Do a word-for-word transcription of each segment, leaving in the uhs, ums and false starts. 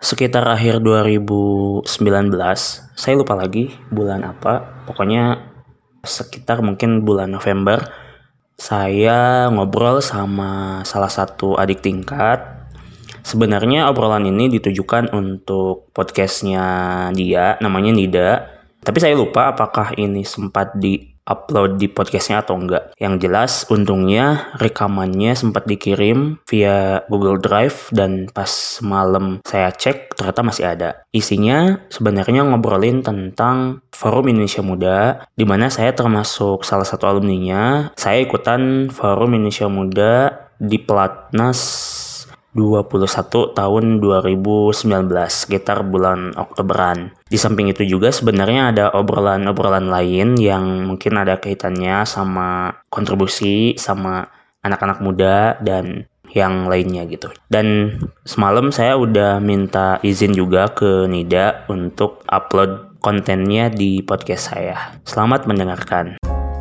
sekitar akhir dua ribu sembilan belas, saya lupa lagi bulan apa, pokoknya sekitar mungkin bulan November, saya ngobrol sama salah satu adik tingkat. Sebenarnya obrolan ini ditujukan untuk podcastnya dia, namanya Nida. Tapi saya lupa apakah ini sempat di-upload di podcastnya atau enggak. Yang jelas, untungnya rekamannya sempat dikirim via Google Drive dan pas malam saya cek ternyata masih ada. Isinya sebenarnya ngobrolin tentang Forum Indonesia Muda, di mana saya termasuk salah satu alumninya. Saya ikutan Forum Indonesia Muda di Pelatnas dua puluh satu tahun dua ribu sembilan belas, sekitar bulan Oktoberan. Di samping itu juga sebenarnya ada obrolan-obrolan lain yang mungkin ada kaitannya sama kontribusi sama anak-anak muda dan yang lainnya gitu. Dan semalam saya udah minta izin juga ke Nida untuk upload kontennya di podcast saya. Selamat mendengarkan.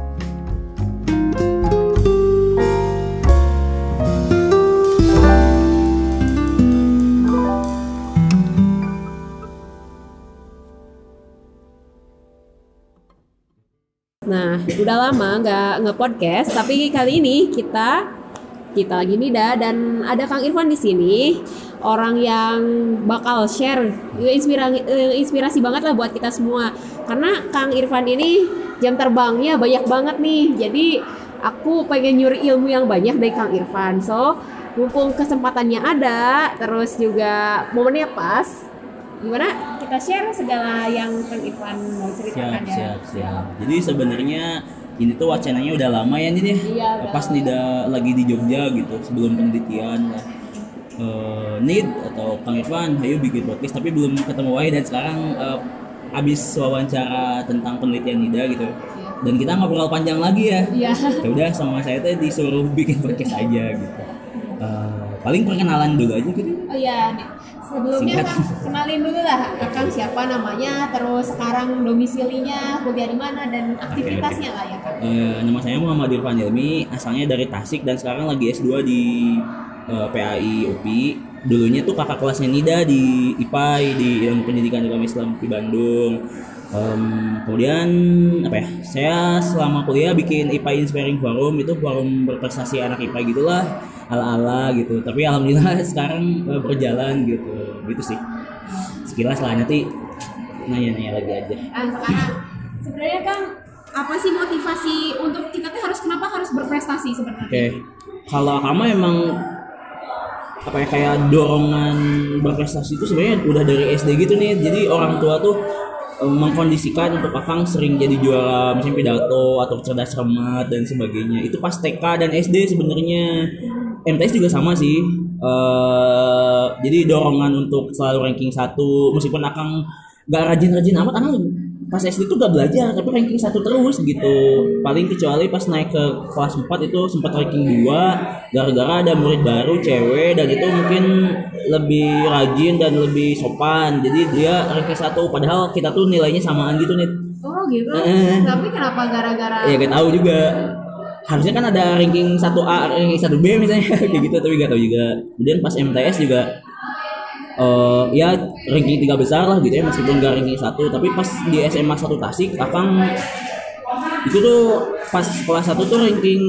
Nah, udah lama nggak nge-podcast, tapi kali ini kita kita lagi Nida dan ada Kang Irfan di sini, orang yang bakal share inspirasi inspirasi banget lah buat kita semua. Karena Kang Irfan ini jam terbangnya banyak banget nih. Jadi aku pengen nyuri ilmu yang banyak dari Kang Irfan. So, mumpung kesempatannya ada, terus juga momennya pas. Gimana kita share segala yang Kang Irfan mau ceritakan siap, ya. Siap, siap. Jadi sebenarnya ini tuh wacananya udah lama ya nih ya. Iya, pas Nida lagi di Jogja gitu sebelum penelitian lah. Uh, Nid atau Kang Irfan, ayo bikin podcast, tapi belum ketemu wae dan sekarang uh, abis wawancara tentang penelitian Nida gitu. Iya. Dan kita ngobrol panjang lagi ya. Iya. Ya udah sama saya tuh disuruh bikin podcast aja gitu. Uh, paling perkenalan dulu aja gitu. Oh iya, sebelumnya Singkat. Kang, kenalin dulu lah Kang siapa namanya, terus sekarang domisilinya, kuliah di mana, dan aktivitasnya lah ya Kang. Uh, nama saya Muhammad Irfan Ilmi, asalnya dari Tasik dan sekarang lagi S dua di uh, P A I U P I. Dulunya tuh kakak kelasnya Nida di I P A I, di Ilmu Pendidikan Agama Islam di Bandung. Um, kemudian apa ya? Saya selama kuliah bikin I P A I Inspiring Forum, itu forum berprestasi anak I P A I gitulah, ala-ala gitu. Tapi alhamdulillah sekarang uh, berjalan gitu. Gitu sih. Sekilas lah, nanti nanya-nanya lagi aja. Nah, sekarang sebenarnya Kang, apa sih motivasi untuk kita tuh harus kenapa harus berprestasi sebenarnya? Oke. Okay. Kalau kamu emang apa ya, kayak dorongan berprestasi itu sebenarnya udah dari S D gitu nih. Jadi orang tua tuh mengkondisikan untuk Akang sering jadi juara misalnya pidato atau cerdas cermat dan sebagainya. Itu pas T K dan S D sebenarnya. M T S juga sama sih. Uh, jadi dorongan untuk selalu ranking satu, meskipun Akang gak rajin-rajin amat, Akang pas S D tuh gak belajar tapi ranking satu terus gitu. Paling kecuali pas naik ke kelas empat itu sempat ranking dua gara-gara ada murid baru cewek dan itu mungkin lebih rajin dan lebih sopan, jadi dia ranking satu padahal kita tuh nilainya samaan gitu nih. Oh gitu. Eh. Tapi kenapa gara-gara? Ya gak tahu juga. Harusnya kan ada ranking satu A, ranking satu B misalnya kayak gitu, tapi gak tahu juga. Kemudian pas M T S juga Uh, ya ranking tiga besar lah gitu ya, meskipun gak ranking satu. Tapi pas di S M A satu Tasik, Akang itu tuh pas kelas satu tuh ranking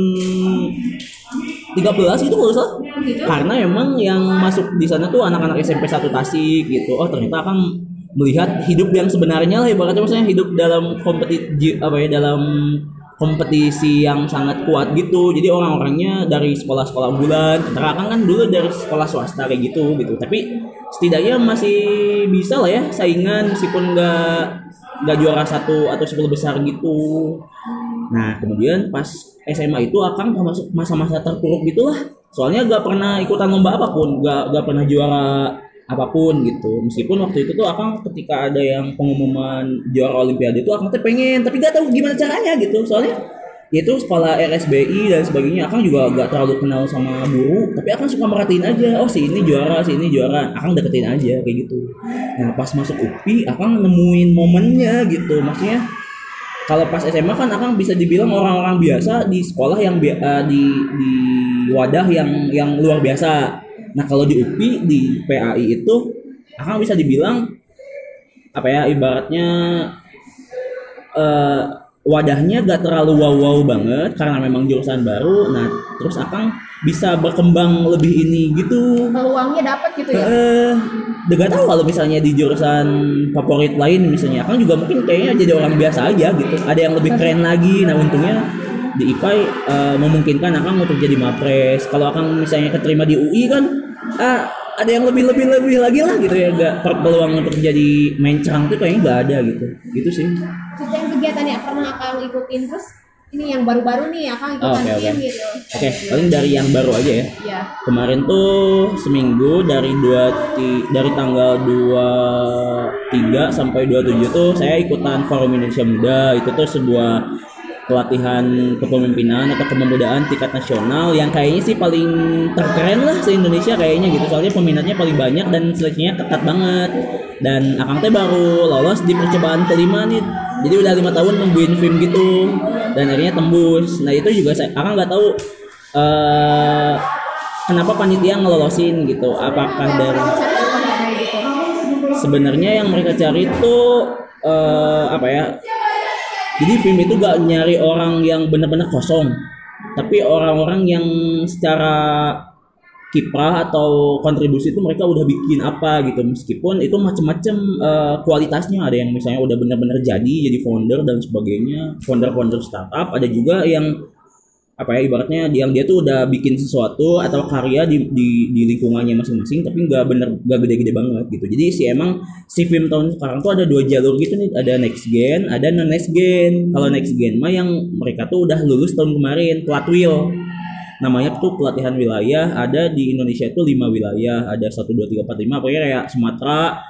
tiga belas gitu kalau salah. Gitu? Karena emang yang masuk di sana tuh anak-anak S M P satu Tasik gitu. Oh ternyata Akang melihat hidup yang sebenarnya lah, ibaratnya maksudnya hidup dalam kompetisi apa ya, dalam kompetisi yang sangat kuat gitu. Jadi orang-orangnya dari sekolah-sekolah unggulan. Karena Akang kan dulu dari sekolah swasta kayak gitu gitu. Tapi setidaknya masih bisa lah ya saingan, meskipun nggak nggak juara satu atau sepuluh besar gitu. Nah kemudian pas S M A itu Akang termasuk masa-masa terpuruk gitulah. Soalnya nggak pernah ikutan lomba apapun, nggak nggak pernah juara apapun gitu. Meskipun waktu itu tuh Akang ketika ada yang pengumuman juara olimpiade itu Akang tuh pengen, tapi gak tahu gimana caranya gitu. Soalnya itu sekolah R S B I dan sebagainya, Akang juga gak terlalu kenal sama guru, tapi Akang suka merhatiin aja, oh si ini juara, si ini juara, Akang deketin aja kayak gitu. Nah pas masuk U P I Akang nemuin momennya gitu. Maksudnya kalau pas S M A kan Akang bisa dibilang orang-orang biasa di sekolah yang bi- uh, di di wadah yang yang luar biasa. Nah kalau di U P I, di P A I itu Akang bisa dibilang apa ya ibaratnya uh, wadahnya gak terlalu wow-wow banget karena memang jurusan baru. Nah terus Akang bisa berkembang lebih ini gitu, peluangnya dapat gitu ya. Eh, uh, gak tahu kalau misalnya di jurusan favorit lain misalnya Akang juga mungkin kayaknya jadi orang biasa aja gitu, ada yang lebih keren lagi. Nah untungnya di I P A uh, memungkinkan Akang untuk jadi mapres. Kalau Akang misalnya keterima di U I kan ah, ada yang lebih lebih lebih lagi lah gitu ya, gak peluang untuk jadi main cerang tuh kayaknya gak ada gitu gitu sih. Cerita yang kegiatan yang pernah Akang ikutin, terus ini yang baru-baru nih Akang ikutan oh, okay, tim okay. gitu. Oke, okay, paling dari yang baru aja ya. Iya. Kemarin tuh seminggu dari dua ti, dari tanggal dua puluh tiga sampai dua puluh tujuh tuh saya ikutan Forum Indonesia Muda. Itu tuh sebuah pelatihan kepemimpinan atau kepemudaan tingkat nasional yang kayaknya sih paling terkeren lah se-Indonesia kayaknya gitu, soalnya peminatnya paling banyak dan seleksinya ketat banget. Dan Akang teh baru lolos di percobaan kelima nih, jadi udah lima tahun nungguin film gitu dan akhirnya tembus. Nah itu juga saya Akang nggak tahu uh, kenapa panitia ngelolosin gitu, apakah dari sebenarnya yang mereka cari itu uh, apa ya, jadi film itu gak nyari orang yang benar-benar kosong, tapi orang-orang yang secara kiprah atau kontribusi itu mereka udah bikin apa gitu, meskipun itu macam-macam uh, kualitasnya. Ada yang misalnya udah benar-benar jadi jadi founder dan sebagainya, founder-founder startup. Ada juga yang apa ya ibaratnya yang dia tuh udah bikin sesuatu atau karya di di, di lingkungannya masing-masing, tapi nggak bener nggak gede-gede banget gitu. Jadi si emang si film tahun sekarang tuh ada dua jalur gitu nih, ada next gen, ada non next gen. Kalau next gen mah yang mereka tuh udah lulus tahun kemarin, Platwil namanya tuh, pelatihan wilayah. Ada di Indonesia itu lima wilayah, ada satu dua tiga empat lima, pokoknya kayak Sumatera,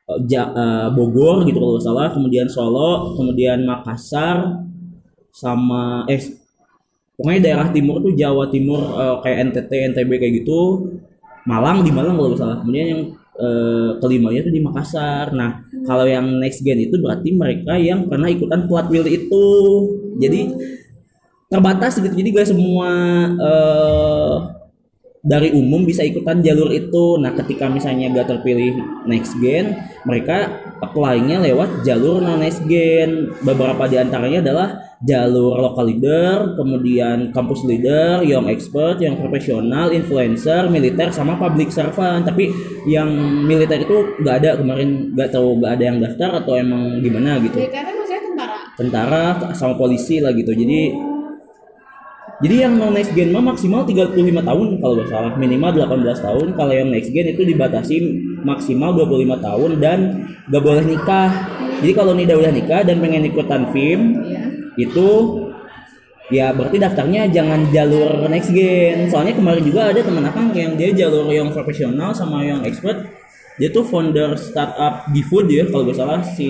Bogor gitu kalau nggak salah, kemudian Solo, kemudian Makassar, sama eh pokoknya daerah timur tuh Jawa Timur, uh, kayak N T T, N T B kayak gitu, Malang, di Malang kalau nggak salah. Kemudian yang uh, kelimanya tuh di Makassar. Nah kalau yang next gen itu berarti mereka yang pernah ikutan Platwil itu, jadi terbatas gitu. Jadi gak semua uh, dari umum bisa ikutan jalur itu. Nah ketika misalnya gak terpilih next gen, mereka apply-nya lewat jalur non next gen. Beberapa diantaranya adalah jalur local leader, kemudian campus leader, young expert, yang profesional, influencer, militer, sama public servant. Tapi yang militer itu gak ada kemarin, gak tahu gak ada yang daftar atau emang gimana gitu. Militer maksudnya tentara? Tentara sama polisi lah gitu. Jadi Jadi yang non next gen mah maksimal tiga puluh lima tahun kalau nggak salah, minimal delapan belas tahun. Kalau yang next gen itu dibatasi maksimal dua puluh lima tahun dan nggak boleh nikah. Jadi kalau Nida udah nikah dan pengen ikutan film, yeah, itu ya berarti daftarnya jangan jalur next gen. Soalnya kemarin juga ada teman akang yang dia jalur yang profesional sama yang expert. Dia tuh founder startup GoFood ya kalau nggak salah, si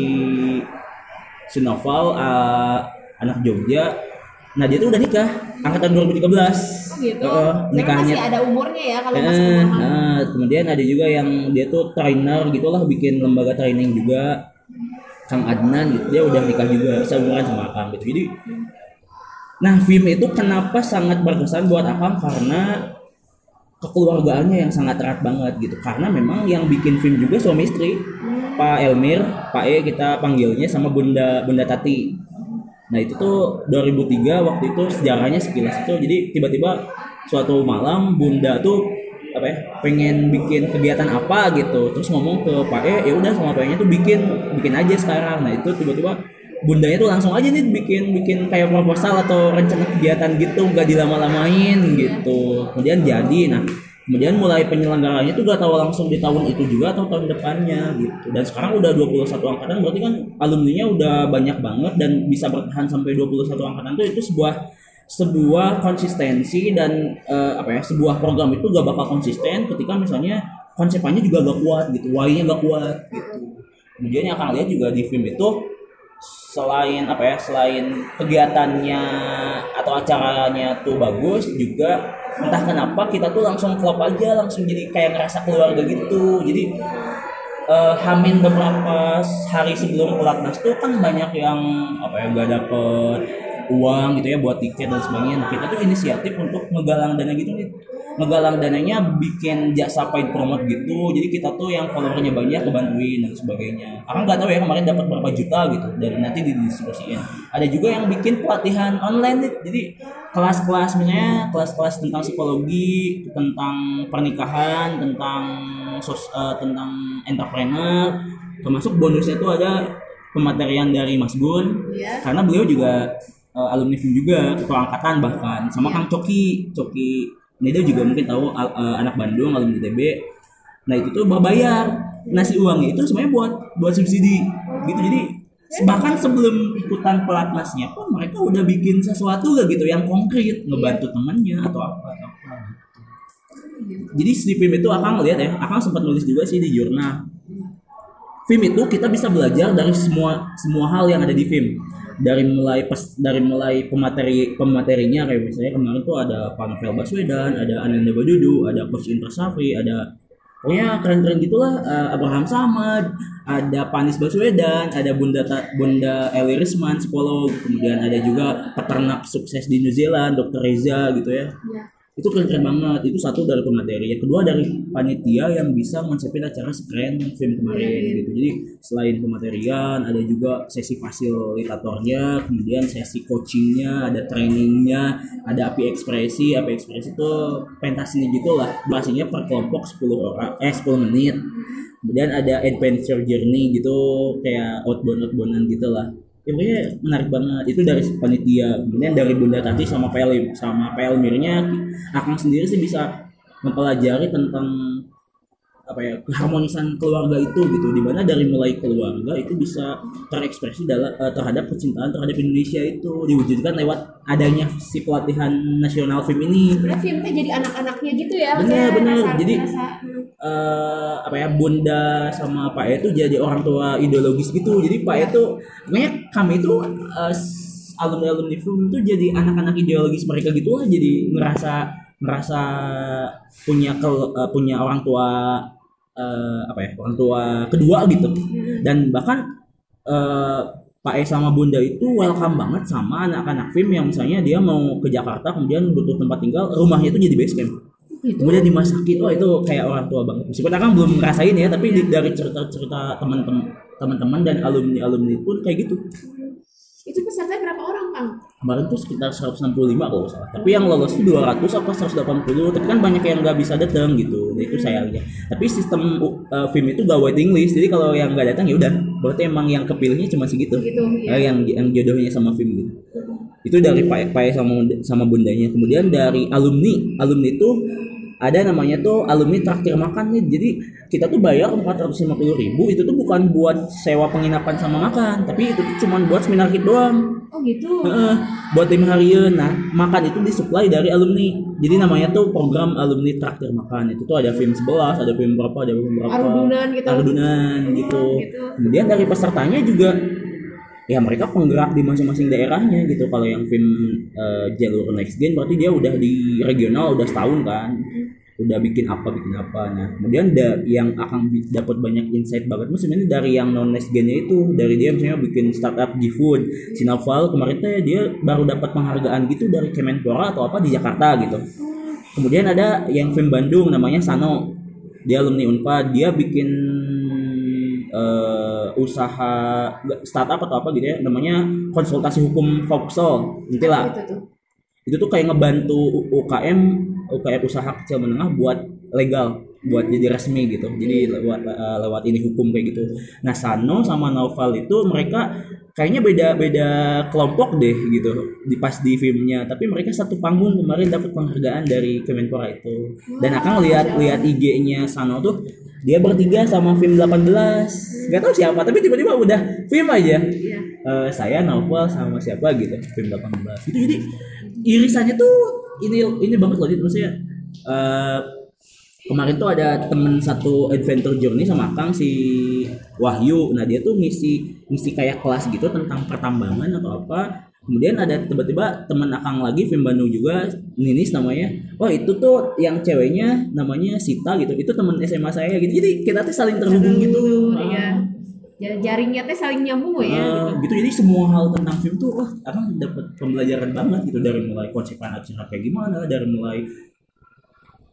si Noval, uh, anak Jogja. Nah dia tuh udah nikah angkatan dua ribu tiga belas. Oh gitu. Uh, nikahnya masih ada umurnya ya kalau eh, masih umur. Nah, kemudian ada juga yang dia tuh trainer gitulah, bikin lembaga training juga. Kang Adnan gitu, dia udah nikah juga, seumuran sama Akang gitu. Jadi nah film itu kenapa sangat berkesan buat Akang karena kekeluargaannya yang sangat erat banget gitu. Karena memang yang bikin film juga suami istri, hmm. Pak Elmir, Pak E kita panggilnya, sama Bunda Bunda Tati. Nah itu tuh dua ribu tiga waktu itu sejarahnya sekilas itu. Jadi tiba-tiba suatu malam Bunda tuh apa ya pengen bikin kegiatan apa gitu, terus ngomong ke Pak E, ya udah sama Pak E-nya tuh bikin bikin aja sekarang. Nah itu tiba-tiba Bundanya tuh langsung aja nih bikin bikin kayak proposal atau rencana kegiatan gitu, nggak dilama-lamain gitu. Kemudian jadi, nah kemudian mulai penyelenggaranya tuh gak tahu langsung di tahun itu juga atau tahun depannya gitu. Dan sekarang udah dua puluh satu angkatan, berarti kan alumninya udah banyak banget dan bisa bertahan sampai dua puluh satu angkatan tuh itu sebuah sebuah konsistensi dan uh, apa ya sebuah program itu gak bakal konsisten ketika misalnya konsepannya juga gak kuat gitu, why-nya gak kuat gitu. Kemudian yang akan lihat juga di film itu selain apa ya selain kegiatannya atau acaranya tuh bagus, juga entah kenapa kita tuh langsung klop aja, langsung jadi kayak ngerasa keluarga gitu. Jadi uh, hamin beberapa hari sebelum pelatnas tuh kan banyak yang apa ya gak dapet uang gitu ya buat tiket dan sebagainya. Nah kita tuh inisiatif untuk ngegalang dana gitu nih. ngegalang dananya bikin jasa paid promote gitu. Jadi kita tuh yang followernya banyak kebantuin dan sebagainya. Aku nggak tahu ya kemarin dapat berapa juta gitu dan nanti didistribusiin. Ada juga yang bikin pelatihan online nih. Jadi kelas-kelas misalnya kelas-kelas tentang psikologi, tentang pernikahan, tentang sos, uh, tentang entrepreneur. Termasuk bonusnya tuh ada pematerian dari Mas Gun. Iya. Karena beliau juga uh, alumni F I M juga, ketua angkatan bahkan sama Iya. Kang Coki, Coki Nah dia juga mungkin tahu uh, anak Bandung alumni I T B. Nah itu tuh bayar nasi uangnya itu sebenarnya buat buat subsidi gitu. Jadi bahkan sebelum ikutan pelatnasnya pun mereka udah bikin sesuatu gak gitu yang konkret ngebantu temannya atau apa atau apa. Jadi di F I M itu Akang lihat ya, Akang sempat nulis juga sih di jurnal. F I M itu kita bisa belajar dari semua semua hal yang ada di F I M. Dari mulai pes, dari mulai pemateri pematerinya kayak misalnya kemarin tuh ada Pak Novel Baswedan, ada Ananda Badudu, ada Coach Indra Safri, ada pokoknya keren-keren gitulah, uh, Abraham Samad, ada Panis Baswedan, ada Bunda Ta, Bunda Eli Risman psikolog, kemudian ada juga peternak sukses di New Zealand dokter Reza gitu ya. Iya. Itu keren-keren banget. Itu satu dari pemateri. Yang kedua dari panitia yang bisa konsepin acara sekeren F I M kemarin gitu. Jadi selain pematerian ada juga sesi fasilitatornya, kemudian sesi coachingnya, ada trainingnya, ada api ekspresi. Api ekspresi itu pentas seni gitulah. Durasinya per kelompok sepuluh orang, eh sepuluh menit. Kemudian ada adventure journey gitu, kayak outbound-outboundan gitulah. Ya pokoknya menarik banget. Itu dari panitia. Kemudian dari Bunda Tati sama P L sama P L Mirnya, Akang sendiri sih bisa mempelajari tentang apa ya keharmonisan keluarga itu gitu, dimana dari mulai keluarga itu bisa terekspresi dalam uh, terhadap kecintaan terhadap Indonesia itu diwujudkan lewat adanya si pelatihan nasional F I M ini. Sebenarnya F I M teh jadi anak-anaknya gitu ya. Bener bener. Rasa- Jadi rasa- uh, apa ya Bunda sama Pak E itu jadi orang tua ideologis gitu. Jadi Pak E itu pokoknya kami itu uh, alumni alumni F I M itu jadi anak-anak ideologis mereka gitu lah. Jadi ngerasa ngerasa punya ke, uh, punya orang tua uh, apa ya orang tua kedua gitu. Dan bahkan uh, Pak E sama Bunda itu welcome banget sama anak-anak F I M yang misalnya dia mau ke Jakarta kemudian butuh tempat tinggal, rumahnya itu jadi base camp. Gitu. Kemudian dimasakin, oh itu kayak orang tua banget. Meskipun Akang belum ngerasain ya, tapi di- dari cerita-cerita teman-teman teman-teman dan alumni-alumni pun kayak gitu. Itu pesertanya berapa orang, Kang? Kemarin tuh sekitar seratus enam puluh lima kalau nggak salah. Tapi yang lolos tuh dua ratus apa seratus delapan puluh. Tapi kan banyak yang nggak bisa datang gitu. Nah, itu sayangnya. Tapi sistem uh, F I M itu gak waiting list. Jadi kalau yang nggak datang ya udah. Berarti emang yang kepilihnya cuma segitu. Gitu, Eh, ya. yang yang jodohnya sama F I M gitu. Itu dari Pak Pak sama sama bundanya. Kemudian dari alumni, alumni itu ada namanya tuh alumni traktir makan nih. Jadi kita tuh bayar empat ratus lima puluh ribu. Itu tuh bukan buat sewa penginapan sama makan, tapi itu tuh cuma buat seminar kit doang. Oh gitu. Heeh, buat lima harian. Nah, makan itu disuplai dari alumni. Jadi namanya tuh program alumni traktir makan. Itu tuh ada F I M sebelas, ada F I M berapa, ada F I M berapa. Arudunan gitu. Arudunan gitu. gitu. Kemudian dari pesertanya juga ya mereka penggerak di masing-masing daerahnya gitu. Kalau yang F I M eh, jalur next gen berarti dia udah di regional udah setahun kan. Udah bikin apa bikin apa. Nah, kemudian da, yang akan bi- dapat banyak insight banget tuh sebenarnya dari yang non next gen-nya itu, dari dia misalnya bikin startup G-Food, Sinaval kemarin tuh dia baru dapat penghargaan gitu dari Kemenpora atau apa di Jakarta gitu. Kemudian ada yang F I M Bandung namanya Sano. Dia alumni Unpad, dia bikin eh, usaha startup atau apa gitu ya, namanya konsultasi hukum Vauxhall. Nanti lah. Itu tuh. Itu tuh kayak ngebantu U K M U K M usaha kecil menengah buat legal, buat jadi resmi gitu. Jadi lewat uh, lewat ini hukum kayak gitu. Nah, Sano sama Naufal itu mereka kayaknya beda-beda kelompok deh gitu di pas di filmnya, tapi mereka satu panggung kemarin dapat penghargaan dari Kemenpora itu. Dan Akang lihat lihat I G-nya Sano tuh dia bertiga sama film delapan belas. Gak tahu siapa, tapi tiba-tiba udah film aja. Iya. Eh, saya Naufal sama siapa gitu film delapan belas. Itu jadi irisannya tuh ini ini banget loh gitu maksudnya. Eh, kemarin tuh ada temen satu adventure journey sama Kang si Wahyu. Nah, dia tuh ngisi ngisi kayak kelas gitu tentang pertambangan atau apa. Kemudian ada tiba-tiba temen Akang lagi film Bandung juga, Ninis namanya. Wah, itu tuh yang ceweknya namanya Sita gitu. Itu temen S M A saya gitu. Jadi kita tuh saling terhubung gitu. Iya. Jar- Jaringnya teh saling nyambung ya. Ah, gitu. Jadi semua hal tentang film tuh wah Akang dapat pembelajaran banget gitu, dari mulai konsep acara kayak gimana, dari mulai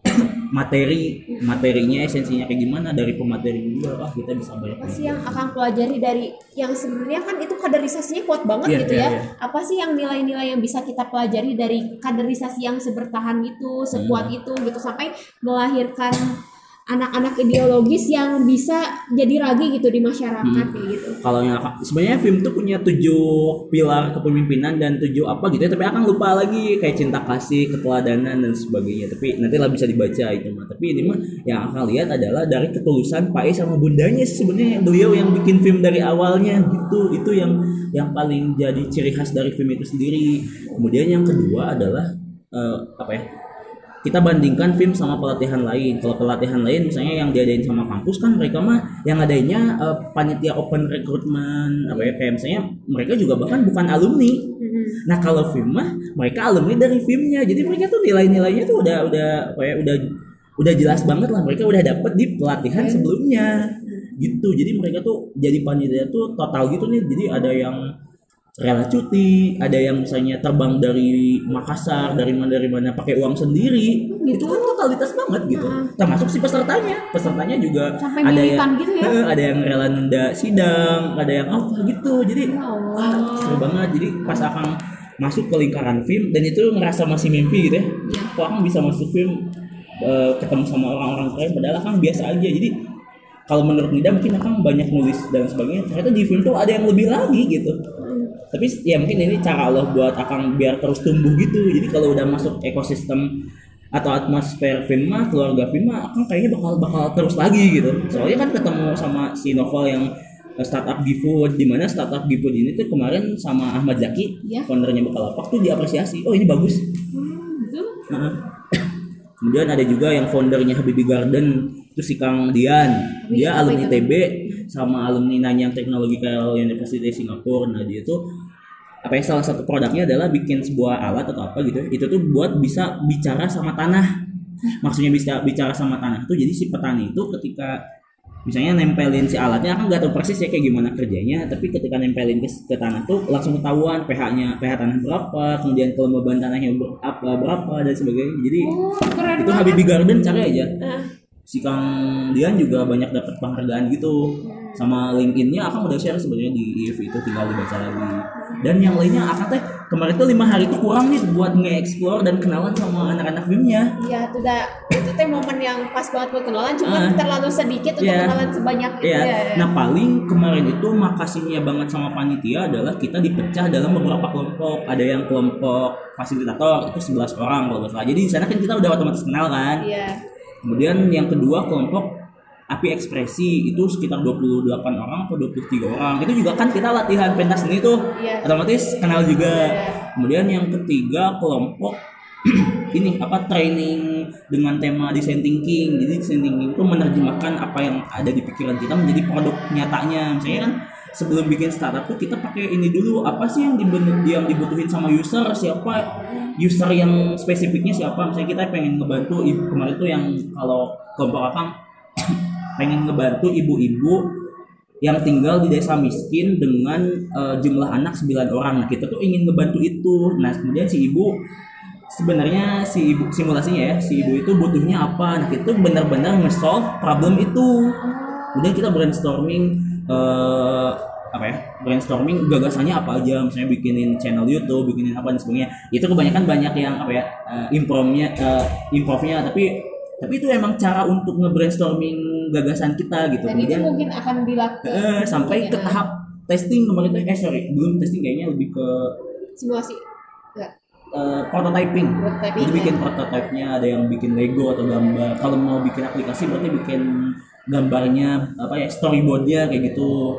materi materinya esensinya kayak gimana dari pemateri juga ah kita bisa banyak apa sih yang akan pelajari dari yang sebenarnya kan itu kaderisasinya kuat banget yeah, gitu yeah, ya yeah. Apa sih yang nilai-nilai yang bisa kita pelajari dari kaderisasi yang sebertahan itu sekuat hmm. itu gitu sampai melahirkan anak-anak ideologis yang bisa jadi ragi gitu di masyarakat hmm. kayak gitu. Kalau yang sebenarnya film tuh punya tujuh pilar kepemimpinan dan tujuh apa gitu ya, tapi akan lupa lagi kayak cinta kasih, keteladanan dan sebagainya. Tapi nantilah bisa dibaca itu mah. Tapi ini mah yang akan lihat adalah dari ketulusan Pak E sama bundanya sebenarnya beliau yang bikin film dari awalnya gitu. Itu yang yang paling jadi ciri khas dari film itu sendiri. Kemudian yang kedua adalah uh, apa ya? Kita bandingkan film sama pelatihan lain. Kalau pelatihan lain misalnya yang diadain sama kampus kan mereka mah yang adanya uh, panitia open recruitment apa ya kayak misalnya mereka juga bahkan bukan alumni. Mm-hmm. Nah kalau film mah mereka alumni dari filmnya. Jadi mereka tuh nilai-nilainya tuh udah udah apa ya udah udah jelas banget lah mereka udah dapet di pelatihan sebelumnya. Gitu. Jadi mereka tuh jadi panitia tuh total gitu nih. Jadi ada yang rela cuti, ada yang misalnya terbang dari Makassar, dari mana dari mana pakai uang sendiri, gitu. Itu kan totalitas banget gitu. Nah. Termasuk si pesertanya, pesertanya juga sampai ada yang gitu ya? eh, ada yang rela nunda sidang, ada yang apa gitu. Jadi oh. ah, seru banget. Jadi pas Akang masuk ke lingkaran film dan itu ngerasa masih mimpi gitu ya. ya. Kok Akang bisa masuk film uh, ketemu sama orang-orang keren, padahal Akang biasa aja. Jadi kalau menurut Nida mungkin Akang banyak nulis dan sebagainya. Ternyata di film tuh ada yang lebih lagi gitu. Tapi ya mungkin ini cara Allah buat Akang biar terus tumbuh gitu. Jadi kalau udah masuk ekosistem atau atmosfer film mah, keluarga film mah Akang kayaknya bakal bakal terus lagi gitu. Soalnya kan ketemu sama si novel yang startup GoFood, di mana startup GoFood ini tuh kemarin sama Ahmad Zaki, ya. Foundernya Bukalapak tuh diapresiasi. Oh ini bagus. Hmm, betul. Nah, kemudian ada juga yang foundernya Habibie Garden itu si Kang Dian. Dia alumni I T B sama alumni Nanyang Technological University Singapura. Nah dia tuh apa ya salah satu produknya adalah bikin sebuah alat atau apa gitu. Itu tuh buat bisa bicara sama tanah. Maksudnya bisa bicara sama tanah tuh jadi si petani itu ketika misalnya nempelin si alatnya kan nggak tahu persis ya kayak gimana kerjanya, tapi ketika nempelin ke, ke tanah tuh langsung ketahuan pH-nya, pH tanah berapa, kemudian kelembaban tanahnya berapa, berapa dan sebagainya. Jadi oh, itu Habibie Garden cari aja. Uh. Si Kang Dian juga banyak dapat penghargaan gitu. Sama LinkedIn-nya Akang udah share sebenarnya di I F itu, tinggal dibaca lagi. Dan yang lainnya Akang teh kemarin tuh lima hari itu kurang nih buat nge-explore dan kenalan sama anak-anak filmnya. Iya, itu udah itu teh momen yang pas banget buat kenalan, cuma uh, terlalu sedikit untuk yeah. kenalan sebanyak itu yeah. ya. Nah, paling kemarin itu makasihnya banget sama panitia adalah kita dipecah dalam beberapa kelompok. Ada yang kelompok fasilitator itu sebelas orang kalau enggak salah. Jadi di sana kan kita udah otomatis kenal kan. Iya. Yeah. Kemudian yang kedua kelompok api ekspresi itu sekitar dua puluh delapan orang atau dua puluh tiga orang. Itu juga kan kita latihan pentas seni tuh. Yeah. Otomatis kenal juga. Yeah. Kemudian yang ketiga kelompok ini apa training dengan tema design thinking. Jadi design thinking itu menerjemahkan apa yang ada di pikiran kita menjadi produk nyatanya. Misalnya kan sebelum bikin startup tuh kita pakai ini dulu, apa sih yang diben- yang dibutuhin sama user, siapa user yang spesifiknya siapa. Misalnya kita pengen ngebantu ibu, kemarin tuh yang kalau kelompok Akang pengen ngebantu ibu-ibu yang tinggal di desa miskin dengan uh, jumlah anak sembilan orang. Nah, kita tuh ingin ngebantu itu. Nah, kemudian si ibu sebenarnya si ibu simulasinya ya, si ibu itu butuhnya apa. Nah, kita tuh benar-benar nge-solve problem itu. Kemudian kita brainstorming uh, apa ya? Brainstorming gagasannya apa aja, misalnya bikinin channel YouTube, bikinin apa dan sebagainya. Itu kebanyakan banyak yang apa ya? Uh, impromnya uh, improve-nya tapi tapi itu emang cara untuk nge-brainstorming gagasan kita gitu. Dan kemudian, itu mungkin akan dilakukan eh, sampai ke tahap testing kemarin tuh eh sorry belum testing kayaknya lebih ke simulasi enggak uh, prototyping. prototyping jadi bikin prototype-nya, ada yang bikin Lego atau gambar. Kalau mau bikin aplikasi berarti bikin gambarnya apa ya storyboard-nya kayak gitu.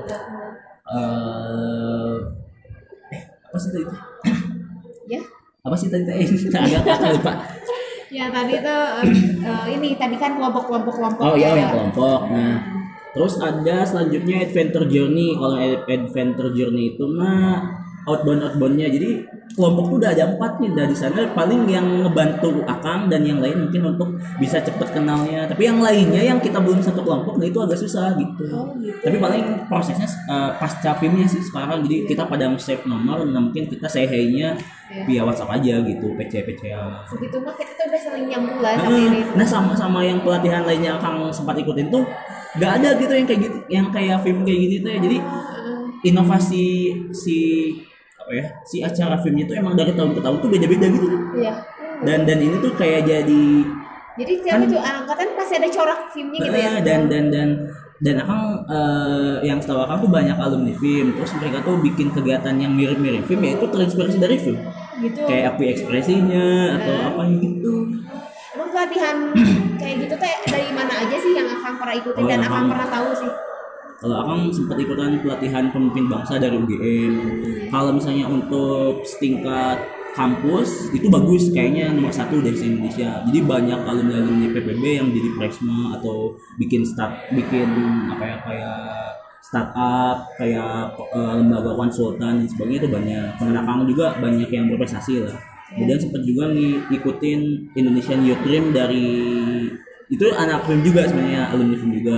Uh, eh apa sih tadi? Ya. Apa sih tadi? Agak agak lupa. Ya tadi itu uh, ini tadi kan kelompok-kelompok-kelompok. Oh iya yang kelompok. Nah, terus ada selanjutnya adventure journey. Kalau adventure journey itu mah outbound outboundnya. Jadi kelompok tuh udah ada empat nih dari sana, paling yang ngebantu Akang dan yang lain mungkin untuk bisa cepet kenalnya. Tapi yang lainnya yang kita belum satu kelompok, nah itu agak susah gitu. Oh, gitu. Tapi paling prosesnya uh, pasca filmnya sih sekarang, jadi kita pada nge-save nomor, nah mungkin kita say hi-nya Ya. via WhatsApp aja gitu, P C P C. Segitu mah kita tuh udah saling nyambung lah sama Nah, ini. nah sama-sama yang pelatihan lainnya Kang sempat ikutin tuh nggak ada gitu yang kayak gitu, yang kayak film kayak gini tuh ya. Jadi inovasi si apa ya si acara filmnya tuh emang dari tahun ke tahun tuh beda-beda gitu. Iya. Dan dan ini tuh kayak jadi Jadi tiap Kan- itu angkatan pasti ada corak filmnya gitu ya. eh, dan dan dan dan Akang eh, yang setahu Akang tuh banyak alumni film, terus mereka tuh bikin kegiatan yang mirip-mirip film, yaitu terinspirasi dari film, Gitu. kayak api ekspresinya atau apa gitu. Emang pelatihan kayak gitu teh dari mana aja sih yang Akang pernah ikutin Oh, dan yang Akang Akang- pernah tahu sih? Kalau Akang sempat ikutan pelatihan pemimpin bangsa dari U G M. Kalau misalnya untuk setingkat kampus itu bagus, kayaknya nomor satu dari se-Indonesia. Jadi banyak alumni-alumni P P B yang jadi presma atau bikin start bikin apa ya kayak startup, kayak eh, lembaga konsultan dan sebagainya itu banyak. Temen Akang juga banyak yang berprestasi lah. Kemudian sempat juga nih ikutin Indonesian Youth Dream dari itu anak film juga sebenarnya, alumni film juga.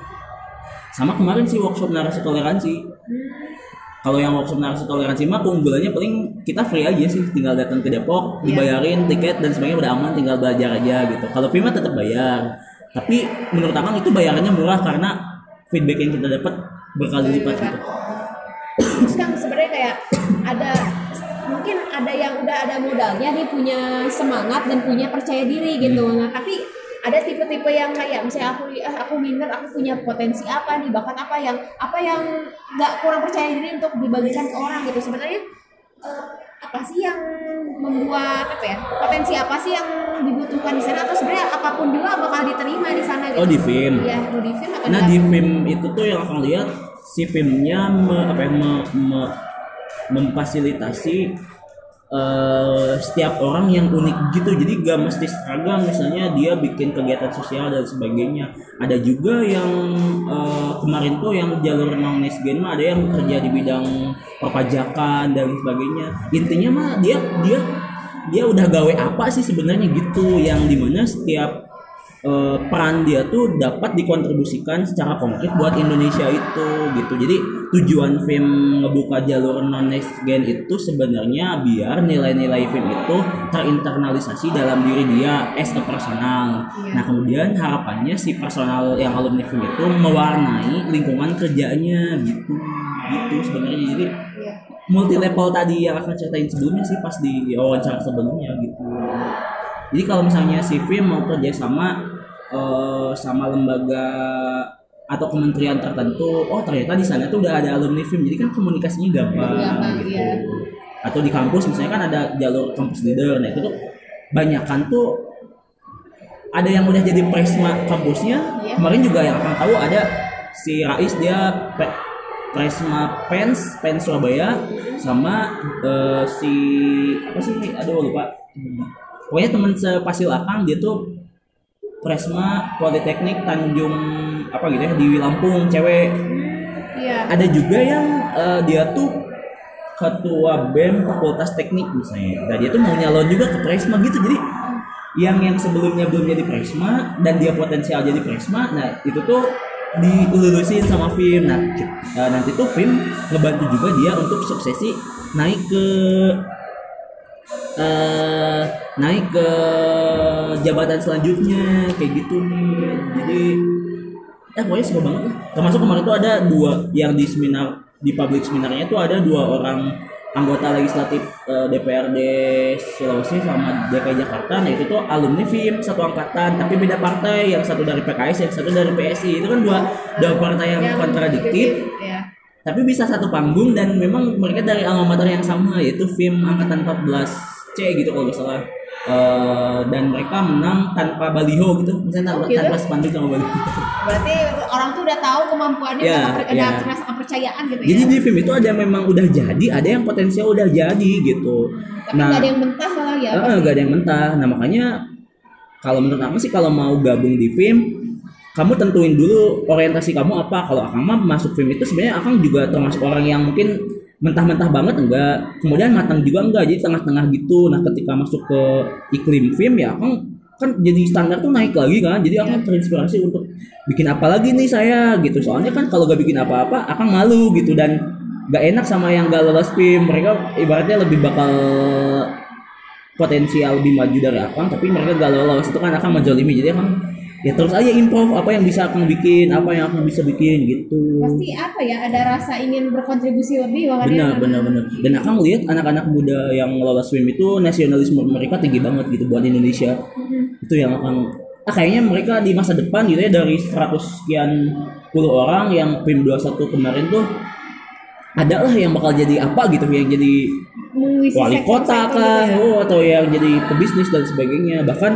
Sama kemarin sih workshop narasi toleransi. Kalau yang workshop narasi toleransi mah keunggulannya paling kita free aja sih, tinggal datang ke Depok, dibayarin tiket dan sebagainya, udah aman, tinggal belajar aja gitu. Kalau film mah tetap bayar. Tapi menurut Akang itu bayarannya murah karena feedback yang kita dapat berkali lipat gitu. Terus kan sebenarnya kayak ada mungkin ada yang udah ada modalnya, dia punya semangat dan punya percaya diri gitu. Nah, tapi ada tipe-tipe yang kayak misalnya aku ah, aku minder, aku punya potensi apa nih, bakat apa yang apa yang nggak kurang percaya diri untuk dibagikan ke orang gitu. Sebenarnya eh, apa sih yang membuat apa ya, potensi apa sih yang dibutuhkan di sana, atau sebenarnya apapun juga bakal diterima di sana gitu? Oh, di film. Iya, mau di film atau Nah di di apa? film itu tuh yang Akang lihat, si filmnya me, apa ya, me, me- memfasilitasi eh, setiap orang yang unik gitu. Jadi gak mesti seragam, misalnya dia bikin kegiatan sosial dan sebagainya. Ada juga yang eh, kemarin tuh yang jalur non nesgen mah ada yang kerja di bidang perpajakan dan sebagainya. Intinya mah dia dia dia udah gawe apa sih sebenarnya gitu, yang dimana setiap eh, peran dia tuh dapat dikontribusikan secara konkret buat Indonesia itu gitu. Jadi tujuan film ngebuka jalur non gen itu sebenarnya biar nilai-nilai film itu terinternalisasi dalam diri dia as a personal. Iya. Nah kemudian harapannya si personal yang alumni film itu mewarnai lingkungan kerjanya gitu gitu sebenarnya. Jadi Iya. multi level tadi yang akan ceritain sebelumnya sih pas di wawancara sebelumnya gitu. Jadi kalau misalnya si film mau kerja sama eh, sama lembaga atau kementerian tertentu, oh ternyata di sana tuh udah ada alumni film, jadi kan komunikasinya gampang Gampang, gitu. iya. Atau di kampus misalnya kan ada jalur kampus leader, nah itu tuh banyakan tuh ada yang udah jadi presma kampusnya. Iya. Kemarin juga yang akan tahu ada si Rais, dia pe- presma Pens Pens Surabaya, sama eh, si apa sih aduh lupa, pokoknya temen sepasil Akang dia tuh presma Politeknik Tanjung apa gitu ya di Lampung, cewek. Iya. Ada juga yang eh, dia tuh ketua B E M Fakultas Teknik misalnya, nah dia tuh mau nyalon juga ke presma gitu. Jadi yang yang sebelumnya belum jadi presma dan dia potensial jadi presma, nah itu tuh dilulusin sama film. Nah eh, nanti tuh film ngebantu juga dia untuk suksesi naik ke eh naik ke jabatan selanjutnya kayak gitu nih. Jadi eh pokoknya seru banget lah. Termasuk kemarin tuh ada dua yang di seminar, di public seminarnya tuh ada dua orang anggota legislatif eh, D P R D Sulawesi sama D K I Jakarta. Nah itu tuh alumni film satu angkatan tapi beda partai, yang satu dari P K S yang satu dari P S I. Itu kan dua dua partai yang kontradiktif Ya. tapi bisa satu panggung, dan memang mereka dari alma mater yang sama yaitu film angkatan empat belas C gitu kalau nggak salah. Eh, dan mereka menang tanpa baliho gitu, misalnya tanpa, Oh, gitu? tanpa spanduk sama baliho. Berarti orang tuh udah tahu kemampuannya, Ya, udah per- ya. ada rasa kepercayaan gitu ya. Jadi di film itu ada yang memang udah jadi, ada yang potensial udah jadi gitu. Tapi nggak ada yang mentah malah ya. eh, nggak ada yang mentah. Nah makanya kalau menurut aku sih kalau mau gabung di film, kamu tentuin dulu orientasi kamu apa. Kalau Akang mah masuk film itu sebenarnya Akang juga termasuk orang yang mungkin mentah-mentah banget enggak, kemudian matang juga enggak, jadi tengah-tengah gitu. Nah ketika masuk ke iklim film ya kan kan jadi standar tuh naik lagi kan, jadi aku terinspirasi untuk bikin apa lagi nih saya gitu, soalnya kan kalau gak bikin apa-apa akan malu gitu, dan gak enak sama yang gak lolos film. Mereka ibaratnya lebih bakal potensial lebih maju dari akang, tapi mereka gak lolos, itu kan akan menjolimi. Jadi akang ya terus aja improve apa yang bisa akang bikin, apa yang akang bisa bikin gitu. Pasti apa ya, ada rasa ingin berkontribusi lebih Benar, makanya. benar, benar. Dan akang lihat anak-anak muda yang lolos film itu nasionalisme mereka tinggi banget gitu buat Indonesia. Mm-hmm. Itu yang akang ah, kayaknya mereka di masa depan gitu ya, dari seratus sekian puluh orang yang film dua puluh satu kemarin tuh ada lah yang bakal jadi apa gitu, yang jadi Mengisi wali kota kah, gitu ya. oh, atau yang jadi pebisnis dan sebagainya. Bahkan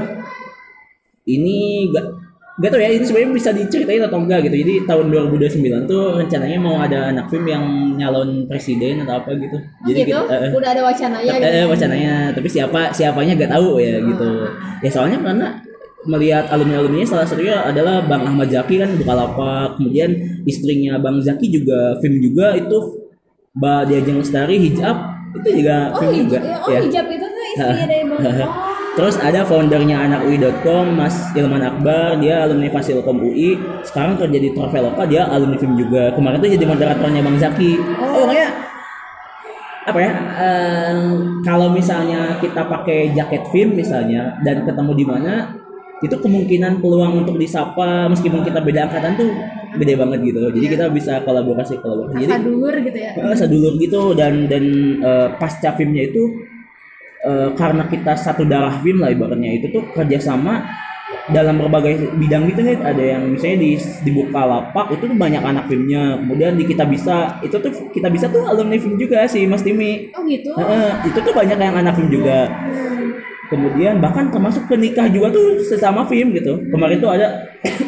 ini gak gak tau ya ini sebenarnya bisa diceritain atau enggak gitu. Jadi tahun dua ribu dua puluh sembilan tuh rencananya mau ada anak film yang nyalon presiden atau apa gitu. Jadi gitu? kita, eh, Udah ada wacananya eh, gitu. eh, wacananya, tapi siapa siapanya gak tahu ya gitu. Ya soalnya karena melihat alumni-alumninya salah satunya adalah Bang Ahmad Zaki kan Bukalapak, kemudian istrinya Bang Zaki juga film juga itu Mbak Diajeng Lestari Hijab itu juga Oh, film juga. hijab, oh Ya. hijab itu tuh istrinya dari Bang. Oh. Terus ada foundernya anak U I dot com Mas Ilman Akbar, dia alumni Fasilkom U I, sekarang kerja di Traveloka, dia alumni film juga. Kemarin tuh jadi moderatornya Bang Zaki. Oh, makanya apa ya? Um, kalau misalnya kita pakai jaket film misalnya dan ketemu di mana, itu kemungkinan peluang untuk disapa meskipun kita beda angkatan tuh gede banget gitu. Jadi kita bisa kolaborasi kolaborasi. Jadi Sadulur gitu ya. uh, sadulur gitu, dan dan uh, pasca filmnya itu uh, karena kita satu darah film lah ibaratnya, itu tuh kerjasama dalam berbagai bidang gitu nih. Ada yang misalnya di di Bukalapak itu tuh banyak anak filmnya, kemudian di Kita Bisa itu tuh Kita Bisa tuh alumni film juga sih Mas Timi. Oh gitu. Uh, itu tuh banyak yang anak film juga. Kemudian bahkan termasuk ke nikah juga tuh sesama film gitu. Kemarin tuh ada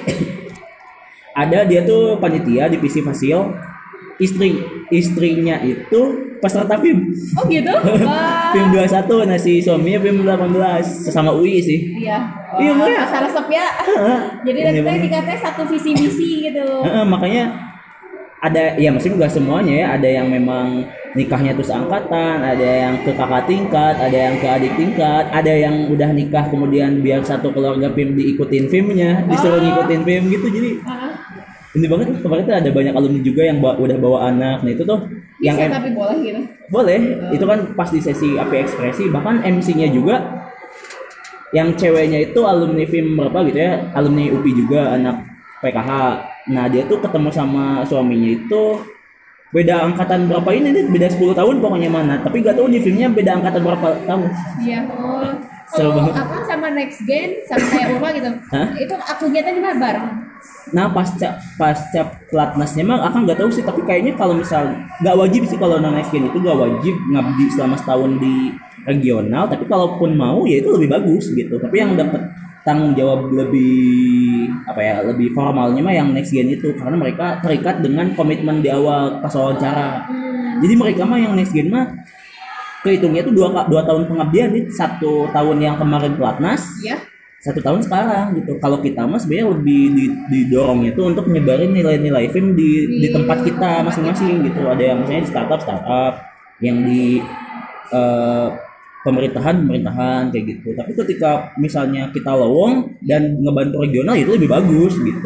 ada dia tuh panitia di P C Fasil, istri istrinya itu peserta film. Oh gitu. Wah. Film dua puluh satu, nah si suaminya film delapan belas, sesama U I sih. Iya. Wah, Iya, makanya. masa resep ya. Jadi Ini nanti banget. dikatanya satu visi misi gitu. Heeh, makanya ada ya maksudnya nggak semuanya ya, ada yang memang nikahnya tuh seangkatan, ada yang ke kakak tingkat, ada yang ke adik tingkat, ada yang udah nikah kemudian biar satu keluarga film diikutin filmnya, disuruh Oh. ngikutin film gitu. Jadi Ah, ini banget kemarin tuh ada banyak alumni juga yang bawa, udah bawa anak. Nah itu tuh yang bisa em- tapi boleh gitu. boleh, itu kan pas di sesi A P Ekspresi, bahkan M C-nya juga yang ceweknya itu alumni film berapa gitu ya, alumni U P I juga, anak P K H. Nah dia tuh ketemu sama suaminya itu beda angkatan berapa ini nih, beda sepuluh tahun pokoknya mana, tapi gak tahu di filmnya beda angkatan berapa tahun. Iya. Oh. Seru Kalau banget. apa sama Next Gen sama kayak Urma gitu. Hah? Itu aku kegiatan di mana bareng? Nah pasca pasca pelatnasnya mah akan nggak tahu sih, tapi kayaknya kalau misal nggak wajib sih, kalau non gen itu nggak wajib ngabdi selama setahun di regional, tapi kalaupun mau ya itu lebih bagus gitu. Tapi yang dapat tanggung jawab lebih apa ya, lebih formalnya mah yang next gen itu, karena mereka terikat dengan komitmen di awal pas wawancara. Jadi mereka mah yang next gen mah kehitungnya itu dua dua tahun pengabdian nih, satu tahun yang kemarin pelatnas, Iya. satu tahun sekarang gitu. Kalau kita mas sebenarnya lebih didorongnya itu untuk nyebarin nilai-nilai film di di, Di tempat kita masing-masing gitu. Ada yang misalnya di startup startup, yang di eh, pemerintahan pemerintahan kayak gitu. Tapi ketika misalnya kita lowong dan ngebantu regional itu lebih bagus gitu.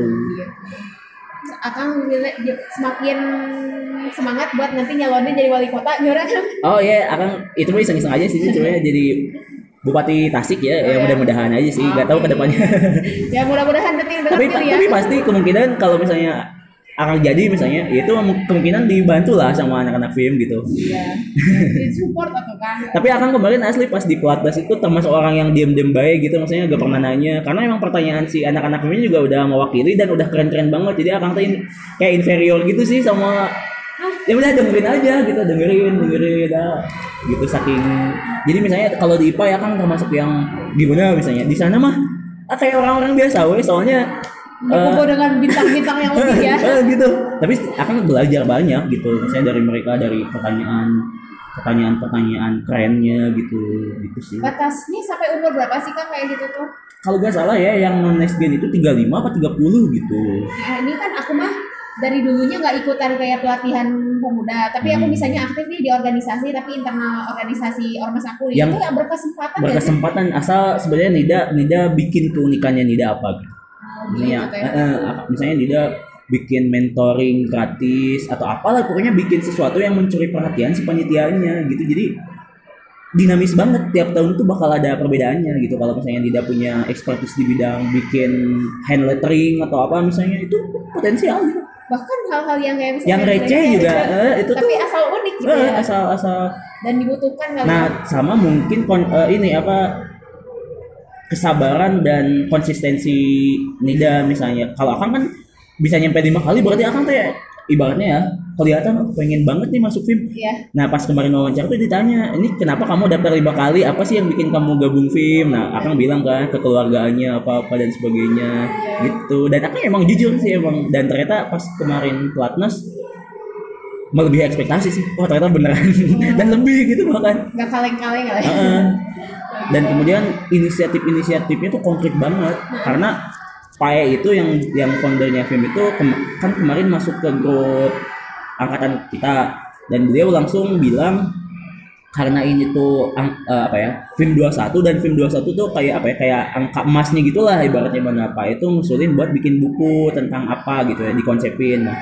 Akan semakin semangat buat nanti nyalonnya jadi wali kota gimana kan? Oh iya, akan itu mah iseng-iseng aja sih sebenarnya jadi Bupati Tasik ya, ya mudah-mudahan aja sih, nggak tahu kedepannya. Ya mudah-mudahan nanti benar tapi pilih ya. tapi pasti kemungkinan kalau misalnya akan jadi misalnya, ya itu kemungkinan dibantu lah sama anak-anak film gitu. Iya. Di support atau kan? Tapi akan kemarin asli pas di pelatnas itu termasuk orang yang diem-diem baik gitu, maksudnya gak pernah nanya, karena emang pertanyaan si anak-anak filmnya juga udah mewakili dan udah keren-keren banget. Jadi akan tuh in- kayak inferior gitu sih sama, ya udah dengerin aja gitu, dengerin dengerin dah gitu saking. Jadi misalnya kalau di I P A ya kan termasuk yang gimana misalnya di sana mah ah, kayak orang-orang biasa weh, soalnya Dikumpul dengan bintang-bintang yang lebih ya. Eh, gitu. Tapi akan belajar banyak gitu. Misalnya dari mereka, dari pertanyaan pertanyaan-pertanyaan kerennya gitu gitu sih. Batasnya sampai umur berapa sih Kak kayak gitu tuh? Kalau gak salah ya yang non next gen itu tiga puluh lima apa tiga puluh gitu. Nah, ini kan aku mah dari dulunya nggak ikutan kayak pelatihan pemuda, tapi aku Hmm. misalnya aktif nih di organisasi, tapi internal organisasi ormas aku nih, Yang itu nggak berkesempatan nggak sih? berkesempatan asal sebenarnya Nida Nida bikin keunikannya Nida apa gitu. Oh, Misalnya, gitu ya. eh, eh, misalnya Nida bikin mentoring gratis atau apalah, pokoknya bikin sesuatu yang mencuri perhatian si panitianya gitu. Jadi dinamis banget, tiap tahun tuh bakal ada perbedaannya gitu. Kalau misalnya Nida punya expertise di bidang bikin hand lettering atau apa misalnya, itu potensial gitu. Bahkan hal-hal yang kayak misalnya Yang receh juga eh, itu tapi tuh asal unik gitu eh, ya, asal asal dan dibutuhkan kali. nah ya. sama mungkin kon, eh, ini apa kesabaran dan konsistensi Nida. Misalnya kalau Akang kan bisa nyampe lima kali, berarti Akang tuh ya, ibaratnya ya kelihatan oh, pengen banget nih masuk film. Iya. Nah pas kemarin wawancara tuh ditanya, ini kenapa kamu daftar lima kali, apa sih yang bikin kamu gabung film? Nah Akang bilang kan kekeluargaannya apa-apa dan sebagainya gitu. Dan Akang emang jujur sih emang, dan ternyata pas kemarin pelatnas melebihi ekspektasi sih. Wah ternyata beneran dan lebih gitu bahkan. Nggak kaleng-kaleng kali. Heeh. Dan kemudian inisiatif-inisiatifnya tuh konkret banget, karena Pae itu yang yang foundernya film itu kem- kan kemarin masuk ke grup angkatan kita, dan beliau langsung bilang karena ini tuh ang- eh, apa ya film dua puluh satu, dan film dua puluh satu tuh kayak apa ya kayak angka emasnya gitulah ibaratnya. Mana Pae itu ngusulin buat bikin buku tentang apa gitu ya, dikonsepin. Nah,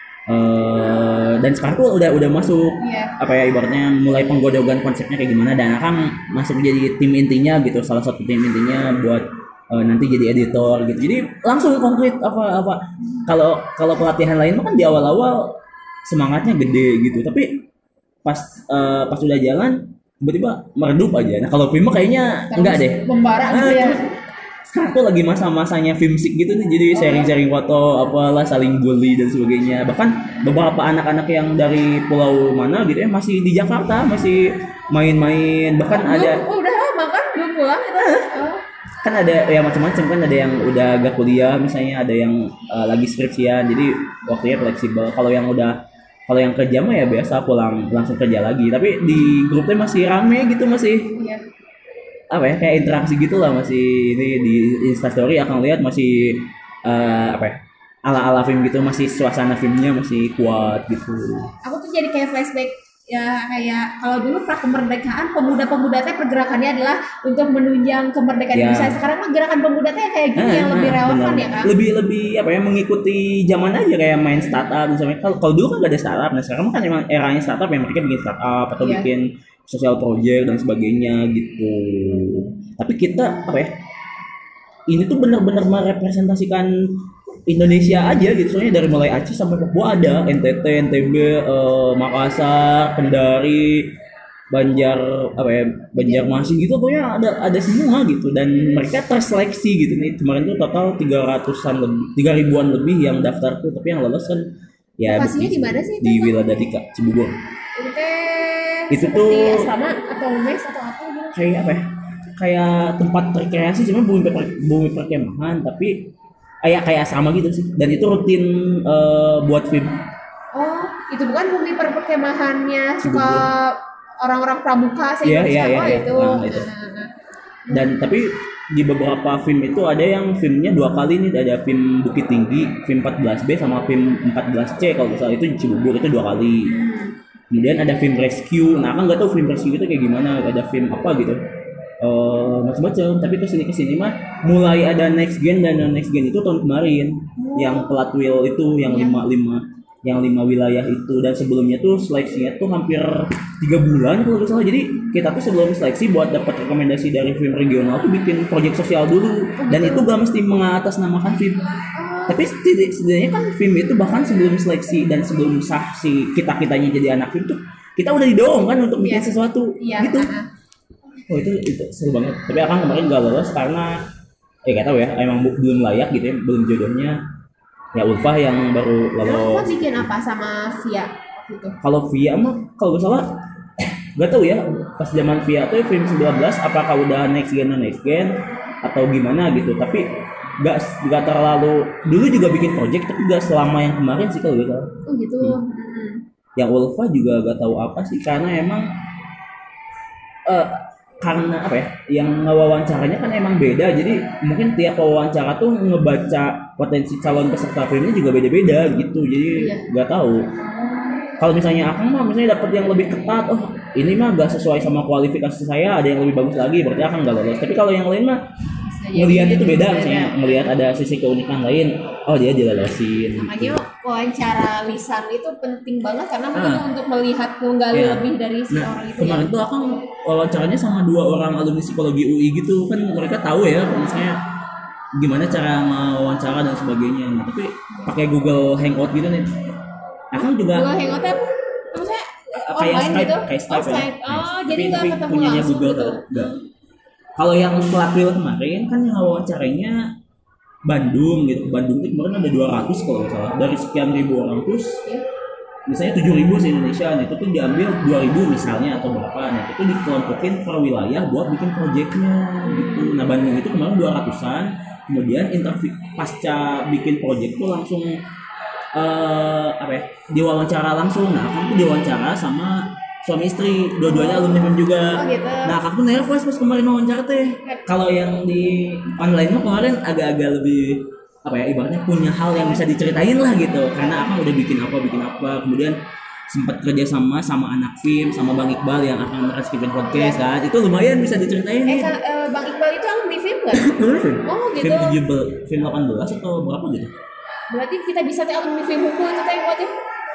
eh, dan sekarang tuh udah udah masuk Iya. apa ya ibaratnya mulai penggodogan konsepnya kayak gimana, dan akan masuk jadi tim intinya gitu, salah satu tim intinya buat eh, nanti jadi editor gitu. Jadi langsung konkret apa apa kalau kalau pelatihan lain mah kan di awal-awal semangatnya gede gitu, tapi pas eh, pas udah jalan tiba-tiba meredup aja. Nah kalau film mah kayaknya enggak deh. Membara gitu Ah, ya. terus sekarang tuh lagi masa-masanya filmsik gitu nih, jadi sharing-sharing foto apalah, saling bully dan sebagainya. Bahkan beberapa anak-anak yang dari pulau mana gitu ya masih di Jakarta, masih main-main. Bahkan ada Belum, oh, udah lama kan belum pulang itu. Oh. kan ada ya macam-macam kan, ada yang udah agak kuliah misalnya, ada yang uh, lagi skripsian, jadi waktunya fleksibel. Kalau yang udah kalau yang kerja mah ya biasa pulang langsung kerja lagi, tapi di grupnya masih rame gitu, masih Iya. apa ya kayak interaksi gitu lah, masih ini di Instastory akan lihat masih uh, apa ya ala-ala film gitu, masih suasana filmnya masih kuat gitu. Aku tuh jadi kayak flashback ya, kayak kalau dulu pra kemerdekaan pemuda-pemuda teh pergerakannya adalah untuk menunjang kemerdekaan Ya. Indonesia. Sekarang mah gerakan pemuda teh kayak gini yang lebih relevan benar. ya kan. Lebih lebih apa ya mengikuti zaman aja, kayak main startup misalnya. Kalau kalau dulu kan gak ada startup, nah sekarang kan emang eranya startup, yang mereka bikin startup atau Iya. bikin social project dan sebagainya gitu. Tapi kita apa ya? Ini tuh benar-benar merepresentasikan Indonesia aja gitu, soalnya dari mulai Aceh sampai Papua ada, N T T, N T B, eh, Makassar, Kendari, Banjar apa ya Banjarmasin gitu, pokoknya ada ada semua gitu, dan mereka terseleksi gitu nih. Kemarin tuh total tiga ratusan lebih, tiga ribuan lebih yang daftar tuh, tapi yang lolos kan ya Lokasinya di mana sih itu, di Kak? Wiladatika Cibubur. Itu teh Itu seperti tuh- asrama atau mes atau apa gitu. Kayak apa ya kayak tempat rekreasi, cuma bumi per, bumi perkemahan, tapi kayak kayak sama gitu sih, dan itu rutin eh, buat film. Oh, itu bukan bumi perkemahannya suka orang-orang pramuka sih Iya, iya, iya, oh, iya. itu. Nah, itu. Dan tapi di beberapa film itu ada yang filmnya dua kali nih, ada film Bukit Tinggi, film empat belas B sama film empat belas C kalau nggak salah, itu di Cibubur, itu dua kali. Kemudian ada film Rescue. Nah, kan nggak tahu film Rescue itu kayak gimana, ada film apa gitu. Eh macam-macam, tapi kesini kesini mah mulai ada next gen, dan yang next gen itu tahun kemarin yang Pelatwil itu yang lima lima yang lima wilayah itu, dan sebelumnya tuh seleksinya tuh hampir tiga bulan kalau nggak salah. Jadi kita tuh sebelum seleksi buat dapat rekomendasi dari film regional tuh bikin proyek sosial dulu, dan itu gak mesti mengatasnamakan film, tapi setid- setidaknya kan film itu bahkan sebelum seleksi dan sebelum sah si kita kitanya jadi anak film tuh kita udah didorong kan untuk bikin Iya. sesuatu Iya, gitu. ah, ah. Oh itu itu seru banget. Tapi Akang kemarin gak lolos karena eh gak tahu ya, emang bu- belum layak gitu ya, belum jodohnya. Ya Ulfa yang baru Emang Ulfa lolos. bikin apa sama Via gitu? Kalau Via mah kalau gak salah gak tahu ya, pas zaman Via tuh film sembilan belas apakah udah next gen next gen atau gimana gitu. Tapi gak gak terlalu, dulu juga bikin project tapi gak selama yang kemarin sih kalau gak salah. Oh gitu. Hmm. Yang Ulfa juga gak tahu apa sih, karena emang eh karena apa ya, yang ngewawancaranya kan emang beda, jadi mungkin tiap wawancara tuh ngebaca potensi calon peserta filmnya juga beda-beda gitu, jadi nggak tahu. Kalau misalnya Akang mah misalnya dapat yang lebih ketat, oh ini mah gak sesuai sama kualifikasi saya, ada yang lebih bagus lagi, berarti Akang nggak lolos. Tapi kalau yang lain mah ngelihat itu beda, misalnya ngelihat ada sisi keunikan lain, oh dia dilolosin. Makanya wawancara lisan itu penting banget karena mungkin ah. untuk melihat menggali ya. lebih dari si nah, orang itu. Kemarin ya. tuh Akang wawancaranya sama dua orang alumni psikologi U I gitu, kan mereka tahu ya misalnya gimana cara wawancara dan sebagainya. Nah, tapi pakai Google Hangout gitu nih. Akang juga Google Hangout apa? Maksudnya kayak online Skype, gitu? kayak Skype, oh, ya. Skype. Oh, tapi, jadi nggak ketemu punyanya langsung Google gitu. Enggak. Kalau yang pelapil kemarin kan yang wawancaranya Bandung gitu. Bandung itu kemarin ada dua ratus kalau nggak salah. Dari sekian ribu orang terus yeah. misalnya tujuh ribu se Indonesia, nah itu tuh diambil dua ribu misalnya atau berapa. Nah itu tuh dikelompokin per wilayah buat bikin proyeknya gitu. Nah Bandung itu kemarin dua ratusan. Kemudian interview pasca bikin proyek tuh langsung uh, apa ya? diwawancara langsung. Nah, aku tuh diwawancara sama suami istri, dua-duanya alumni F I M juga. Oh, gitu. Nah, aku tuh nervous pas kemarin wawancara teh. Kalau yang di online mah kemarin agak-agak lebih apa ya, ibaratnya punya hal yang bisa diceritain lah gitu. Karena aku udah bikin apa, bikin apa. Kemudian sempat kerja sama sama anak F I M, sama Bang Iqbal yang akan meresponsifin podcast kan. Itu lumayan bisa diceritain. Eh, ka, uh, Bang Iqbal itu alumni F I M nggak? F I M. Oh, gitu. F I M tujuh belas, F I M delapan belas atau berapa gitu? Berarti kita bisa teh alumni F I M hukum itu teh buatnya?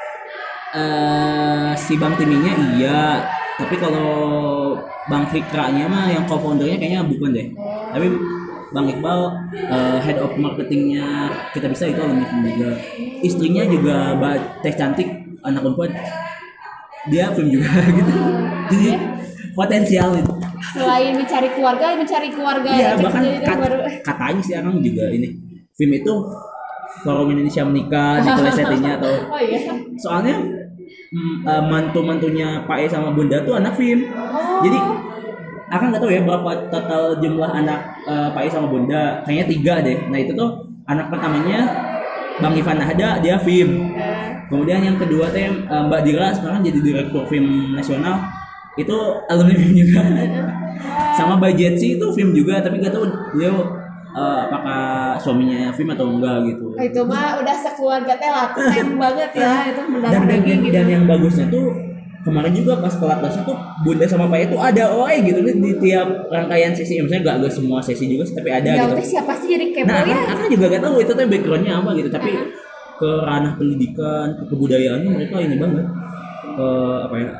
Uh, si Bang Timinya iya, tapi kalau Bang Fikranya mah yang co-foundernya kayaknya bukan deh. Oh. Tapi Bang Iqbal uh, head of marketingnya kita bisa itu alumni F I M juga. Istrinya juga teh cantik, anak Unpad. Dia F I M juga gitu. Jadi potensial itu. Selain mencari keluarga, mencari keluarga. Iya, bahkan kat, baru... katanya sih Akang juga ini. F I M itu Forum Indonesia Menikah di Kelesetinya atau. Oh iya. Soalnya mm, uh, mantu-mantunya Pak E sama Bunda tuh anak F I M. Oh. Jadi Akang nggak tahu ya berapa total jumlah anak uh, Pak E sama Bunda. Kayaknya tiga deh. Nah itu tuh anak pertamanya Bang Ivan Nahda, dia F I M. Kemudian yang kedua teh uh, Mbak Dira sekarang jadi direktur F I M nasional. Itu alumni F I M juga. Sama Mbak Jetsi itu F I M juga, tapi nggak tahu beliau Uh, apakah suaminya F I M atau enggak gitu. Itu mah udah sekeluarga teh lah, keren banget ya itu mendarah dan, daging gitu. Dan yang bagusnya tuh kemarin juga pas pelatnasnya tuh Bunda sama Pak itu ada O E gitu nih di tiap rangkaian sesi. Misalnya gak, gak semua sesi juga tapi ada ya, gitu. Ya siapa sih jadi kepo nah, ya? Nah aku juga gak tahu itu tuh backgroundnya apa gitu. Tapi uh-huh. ke ranah pendidikan, ke kebudayaannya mereka ini banget. Ke apa ya?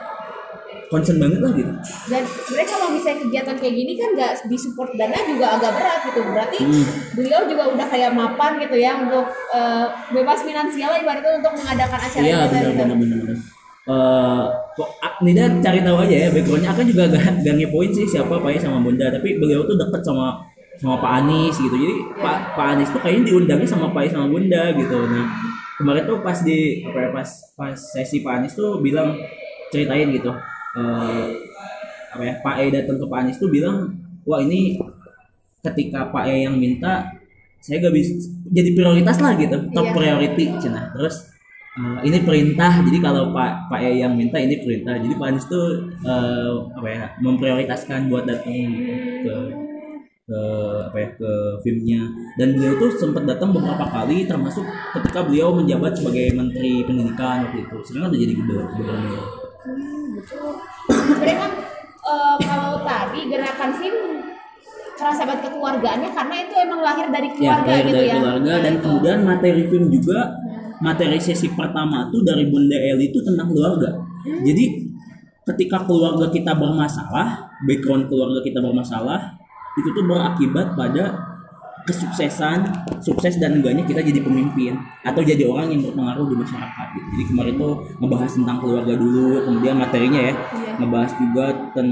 Concern banget lah gitu. Dan sebenarnya kalau misalnya kegiatan kayak gini kan nggak disupport dana juga agak berat gitu. Berarti hmm. beliau juga udah kayak mapan gitu ya untuk uh, bebas finansial ibaratnya untuk mengadakan acara. Iya benar-benar benar-benar. Uh, kok Nida cari tahu aja ya backgroundnya. Akan juga gak, gak ngepoin sih siapa Pak sama Bunda. Tapi beliau tuh deket sama sama Pak Anies gitu. Jadi ya. Pak Pak Anies tuh kayaknya diundangnya sama Pak sama Bunda gitu. Nah kemarin tuh pas di apa ya, pas pas sesi Pak Anies tuh bilang ceritain gitu. Uh, apa ya Pak E datang ke Pak Anies tuh bilang wah ini ketika Pak E yang minta saya gak bisa jadi prioritas lah gitu top yeah. priority cina terus uh, ini perintah jadi kalau Pak Pak E yang minta ini perintah jadi Pak Anies tuh uh, apa ya memprioritaskan buat datang ke ke apa ya ke filmnya dan beliau tuh sempat datang beberapa kali termasuk ketika beliau menjabat sebagai Menteri Pendidikan waktu itu sekarang udah jadi gubernur. Hmm, betul. Sebenarnya kan uh, kalau tadi gerakan F I M kerasa banget kekeluargaannya karena itu emang lahir dari keluarga ya, lahir gitu dari ya. Keluarga dan itu. Kemudian materi F I M juga materi sesi pertama tuh dari Bunda Eli itu tentang keluarga. Hmm. Jadi ketika keluarga kita bermasalah, background keluarga kita bermasalah, itu tuh berakibat pada kesuksesan, sukses dan enggaknya kita jadi pemimpin atau jadi orang yang berpengaruh di masyarakat gitu. Jadi kemarin tuh ngebahas tentang keluarga dulu, kemudian materinya ya, yeah. ngebahas juga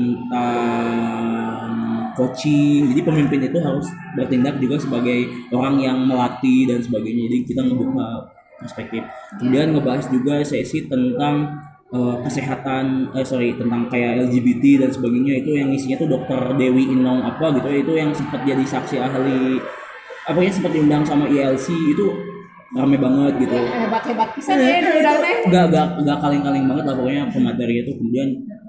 tentang coaching. Jadi pemimpin itu harus bertindak juga sebagai orang yang melatih dan sebagainya. Jadi kita ngebuka perspektif. Kemudian ngebahas juga sesi tentang uh, kesehatan, eh sorry tentang kayak L G B T dan sebagainya itu yang isinya tuh dokter Dewi Inong apa gitu itu yang sempat jadi saksi ahli apa ya sempat diundang sama I L C itu rame banget gitu. Hebat-hebat bisa deh diundang teh. Gak gak gak kaleng-kaleng banget lah pokoknya pemateri itu. Kemudian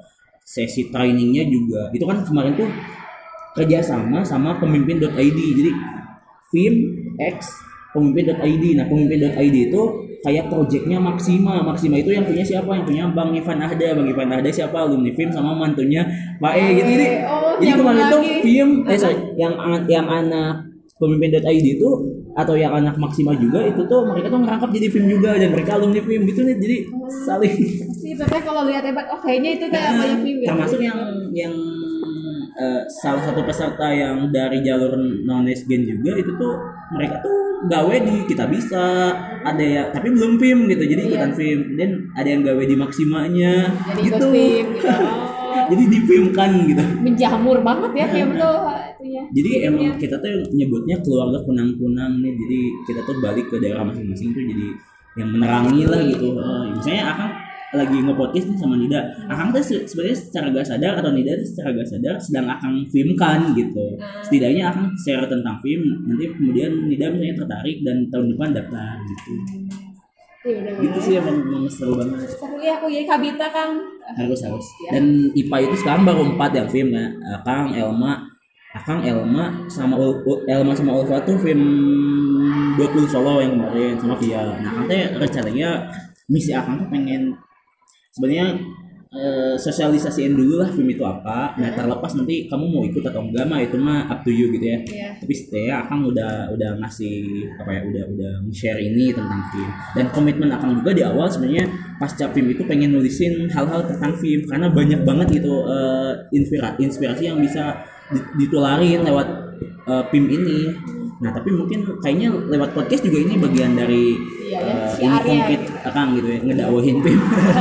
sesi trainingnya juga itu kan kemarin tuh kerjasama sama pemimpin dot i d. Jadi Film X pemimpin.id. Nah, pemimpin.id itu kayak projectnya Maxima. Maxima itu yang punya siapa? Yang punya Bang Ivan Ahda. Bang Ivan Ahda siapa? Alumni Film sama mantunya Pak E gitu. Jadi, oh, jadi kemarin itu Film, eh sorry, uh-huh. yang yang anak pemimpin.id itu atau yang anak Maxima juga itu tuh mereka tuh ngerangkap jadi Film juga dan mereka alumni Film gitu nih. Jadi saling. Itu teh kalau lihat hebat, oh kayaknya itu kayak banyak Film. Termasuk yang yang uh, salah satu peserta yang dari jalur non-Gen juga itu tuh mereka tuh gawe di Kita Bisa, ada ya tapi belum film gitu, jadi ikutan iya. film, dan ada yang gawe di Maksimanya jadi gitu, film, gitu. Oh. jadi difilmkan gitu, menjamur banget ya film tuh ya. Jadi emang kita tuh nyebutnya keluarga kunang-kunang nih, jadi kita tuh balik ke daerah masing-masing tuh jadi yang menerangi lah gitu. Uh, misalnya Akang lagi nge-podcast nih sama Nida, Akang tuh sebenarnya secara gak sadar atau Nida tuh secara gak sadar sedang Akang filmkan gitu. Setidaknya Akang share tentang film, nanti kemudian Nida misalnya tertarik dan tahun depan daftar gitu. Ya, gitu sih emang, emang seru banget. Seru ya, aku jadi kabita Kang. Harus harus. Ya. Dan I P A itu sekarang baru empat yang film ya. Akang, Elma, Akang, Elma sama Ul, Elma sama Ulfa tuh film dua puluh solo yang kemarin sama Via. Nah, Akang tuh rencananya misi Akang tuh pengen sebenarnya e, sosialisasiin dulu lah film itu apa. Nah, terlepas nanti kamu mau ikut atau enggak mah itu mah up to you gitu ya. Yeah. Tapi setidaknya Akang udah udah ngasih apa ya, udah udah share ini tentang film. Dan komitmen Akang juga di awal sebenarnya pasca film itu pengen nulisin hal-hal tentang film karena banyak banget gitu e, inspirasi inspirasi yang bisa ditularin lewat e, film ini. Nah, tapi mungkin kayaknya lewat podcast juga ini bagian dari iya, ya, uh, si ini konkret Akang gitu ya, ngedakwahin P I M.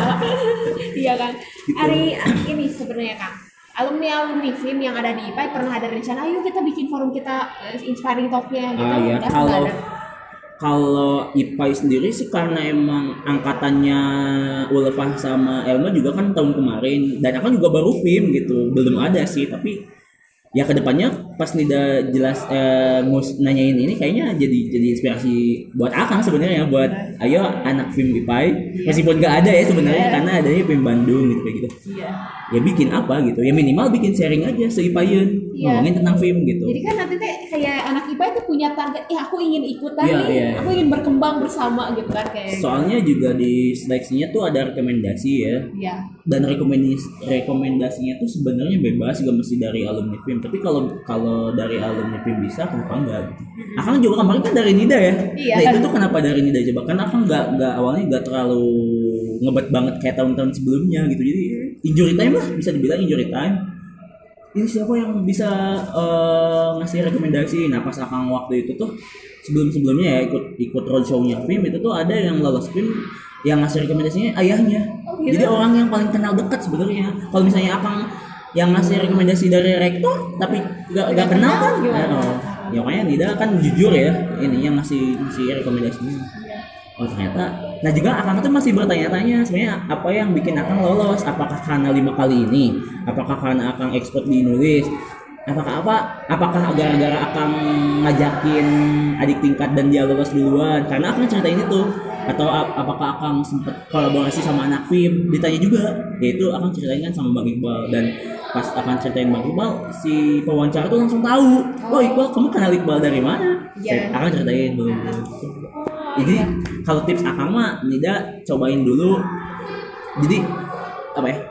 Iya kan. Gitu. Ari ini sebenarnya Kang, alumni-alumni F I M yang ada di I P A pernah ada rencana, ayo kita bikin forum kita uh, inspiring talk-nya gitu. Ah, iya. Kalau kalau I P A sendiri sih karena emang angkatannya Ulfah sama Elma juga kan tahun kemarin, dan Akang juga baru F I M gitu, belum ada sih, tapi ya kedepannya pas Nida jelas eh, mus nanyain ini kayaknya jadi jadi inspirasi buat Akang sebenarnya, buat ayo anak film I P A meskipun nggak ada ya sebenarnya karena adanya film Bandung gitu kayak gitu. Ya bikin apa gitu, ya minimal bikin sharing aja se I P A-an ngomongin tentang film gitu. Jadi kan nanti teh kayak anak I P A itu punya target, eh aku ingin ikutan ya, nih, ya. aku ingin berkembang bersama gitu kan kayak. Soalnya juga di seleksinya tuh ada rekomendasi ya. Ya. Dan rekomendasi rekomendasinya tuh sebenarnya bebas, gak mesti dari alumni film. Tapi kalau kalau dari alumni film bisa, kenapa enggak gitu. Akang juga kemarin kan dari Nida ya. Iya. Nah itu tuh kenapa dari Nida coba? Karena Akang nggak nggak awalnya nggak terlalu ngebet banget kayak tahun-tahun sebelumnya gitu. Jadi injury time lah, bisa dibilang injury time. Ini siapa yang bisa uh, ngasih rekomendasi? Nah pas Akang waktu itu tuh sebelum-sebelumnya ya ikut ikut roadshow-nya film itu tuh ada yang lolos film yang ngasih rekomendasinya ayahnya. Oh, gitu? Jadi orang yang paling kenal dekat sebenarnya. Kalau misalnya Akang yang ngasih rekomendasi dari rektor tapi gak, gak kenal kan ya, oh. Ya makanya Nida kan jujur ya ini yang ngasih ngasih rekomendasinya. Oh ternyata, nah juga Akang tuh masih bertanya-tanya sebenarnya apa yang bikin Akang lolos, apakah karena lima kali ini, apakah karena Akang expert di nulis, apakah apa, apakah gara-gara Akang ngajakin adik tingkat dan dia lolos duluan, karena Akang ceritain itu, atau apakah Akang sempet kolaborasi sama anak film, ditanya juga, yaitu Akang ceritain kan sama Bang Iqbal, dan pas Akang ceritain Bang Iqbal, si pewawancara tuh langsung tahu, oh Iqbal kamu kenal Iqbal dari mana? Yeah. Akang ceritain dulu. Jadi kalau tips Akang mah Nida cobain dulu. Jadi apa ya?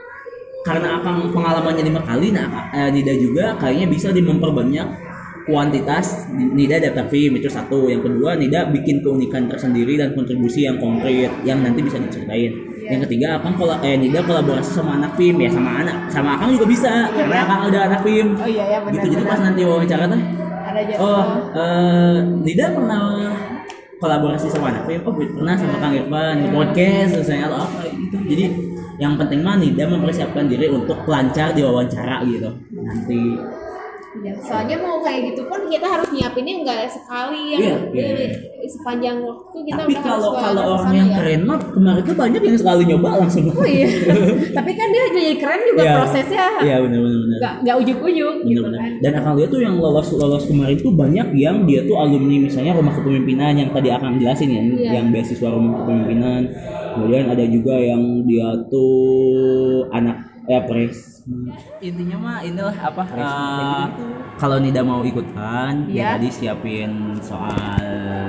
Karena Akang pengalamannya lima kali, nah eh, Nida juga kayaknya bisa di memperbanyak kuantitas Nida daftar film itu satu. Yang kedua Nida bikin keunikan tersendiri dan kontribusi yang konkret yang nanti bisa diceritain. Yeah. Yang ketiga Akang kalau eh Nida kolaborasi sama anak film ya sama anak sama Akang juga bisa yeah. Karena Akang udah anak film. Oh iya ya benar. Gitu jadi pas nanti wawancara tuh. Ada aja. Oh, uh, Nida pernah kolaborasi sama anak film, oh pernah sama Kang Irfan, yeah. Podcast, misalnya atau apa gitu. Jadi yang penting mah Nida mempersiapkan diri untuk lancar di wawancara gitu nanti. Ya, soalnya mau kayak gitu pun kita harus nyiapinnya nggak sekali yang yeah, yeah. sepanjang waktu kita. Tapi udah kalau kalau orang yang ya. Keren mah kemarin tuh banyak yang sekali nyoba langsung. Oh iya. Tapi kan dia jadi keren juga yeah. prosesnya. Iya yeah, benar-benar. Nggak nggak ujuk-ujuk gitu kan. Dan Akang lihat tuh yang lolos lolos kemarin tuh banyak yang dia tuh alumni misalnya Rumah Kepemimpinan yang tadi Akang jelasin ya, yeah. yang beasiswa Rumah Kepemimpinan. Kemudian ada juga yang dia tuh anak Ya pres. Intinya mah inilah apa? Uh, kalau Nida mau ikutan, ya Iya. tadi siapin soal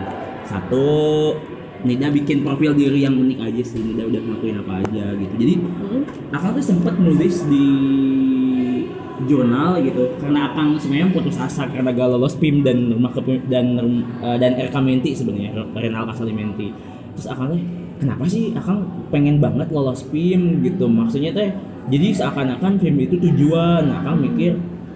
satu. Nida bikin profil diri yang unik aja sih. Nida udah ngelakuin apa aja gitu. Jadi Akang tuh sempat nulis di jurnal gitu karena Akang sebenarnya putus asa karena gak lolos P I M dan rumah ke dan uh, dan R K Menti sebenarnya Renal Kasalimenti. Terus Akang teh kenapa sih Akang pengen banget lolos P I M gitu, maksudnya teh jadi seakan-akan P I M itu tujuan. Akang mikir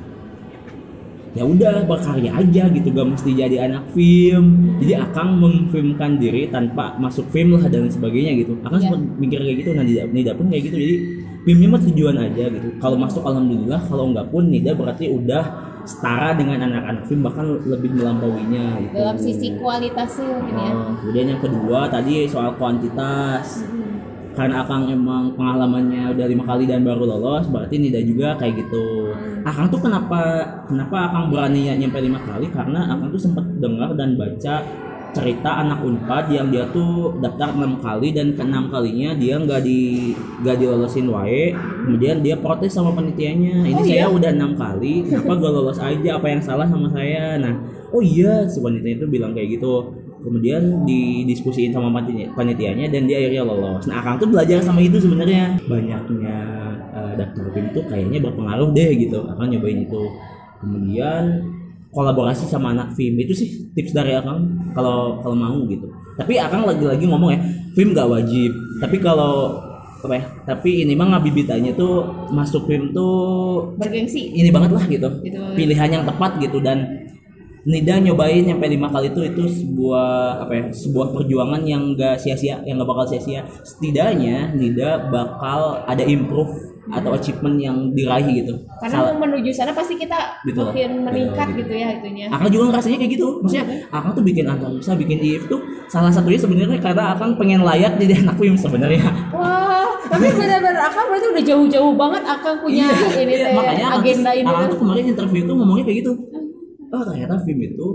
ya udah berkarya aja gitu, gak mesti jadi anak film. Jadi Akang memfilmkan diri tanpa masuk film lah dan sebagainya gitu. Akang Yeah. sempat mikir kayak gitu. Nah Nida, Nida pun kayak gitu. Jadi filmnya mah tujuan aja gitu. Kalau masuk alhamdulillah, kalau enggak pun Nida berarti udah setara dengan anak-anak film, bahkan lebih melampauinya gitu. Dalam sisi kualitasnya mungkin ya. Oh, kemudian yang kedua tadi soal kuantitas. Karena Akang emang pengalamannya udah lima kali dan baru lolos, berarti Nida juga kayak gitu. Akang tuh kenapa kenapa Akang berani nyampe lima kali? Karena Akang tuh sempat dengar dan baca cerita anak Unpad yang dia tuh daftar enam kali dan keenam kalinya dia nggak di nggak dilolosin wae. Kemudian dia protes sama panitianya. Ini Oh, saya iya? udah enam kali, kenapa gak lolos aja? Apa yang salah sama saya? Nah, oh iya si panitia itu bilang kayak gitu. Kemudian didiskusiin sama paniti- panitianya dan dia akhirnya lolos. Nah Akang tuh belajar sama itu sebenarnya. Banyaknya uh, daftar P I M tuh kayaknya berpengaruh deh gitu. Akang nyobain itu. Kemudian kolaborasi sama anak film itu sih tips dari Akang kalau kalau mau gitu. Tapi Akang lagi-lagi ngomong ya, film gak wajib. Tapi kalau apa ya? Tapi ini mah ngabibitanya tuh masuk film tuh Bergengsi. ini banget lah gitu. Gitu. Pilihan yang tepat gitu. Dan Nida nyobain nyampe lima kali itu itu sebuah apa ya? Sebuah perjuangan yang gak sia-sia, yang gak bakal sia-sia. Setidaknya Nida bakal ada improve atau achievement yang diraih gitu. Karena mau menuju sana pasti kita Betul. makin meningkat Betul, gitu ya itunya. Akang juga ngerasanya kayak gitu. Maksudnya Akang tuh bikin Antariksa, bikin I F tuh salah satunya sebenarnya karena Akang pengen layak jadi anak film sebenarnya. Wah, tapi benar-benar Akang berarti udah jauh-jauh banget Akang punya ini teh Makanya Akang agenda tuh- ini. Akang tuh. tuh kemarin interview tuh ngomongnya kayak gitu. Oh ternyata film itu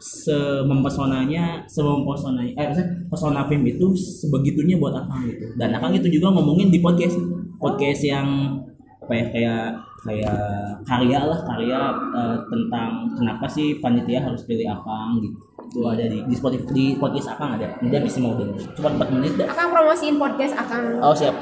semempesonanya, semempesonanya, eh maksudnya pesona film itu sebegitunya buat Akang gitu. Dan Akang itu juga ngomongin di podcast, podcast yang apa ya kayak kayak karya lah karya eh, tentang kenapa sih panitia harus pilih Akang gitu. Itu ada di di Spotify, di podcast Akang ada. Dia bisa mau denger. Cuma empat menit dah. Akang promosiin podcast Akang. Oh siap.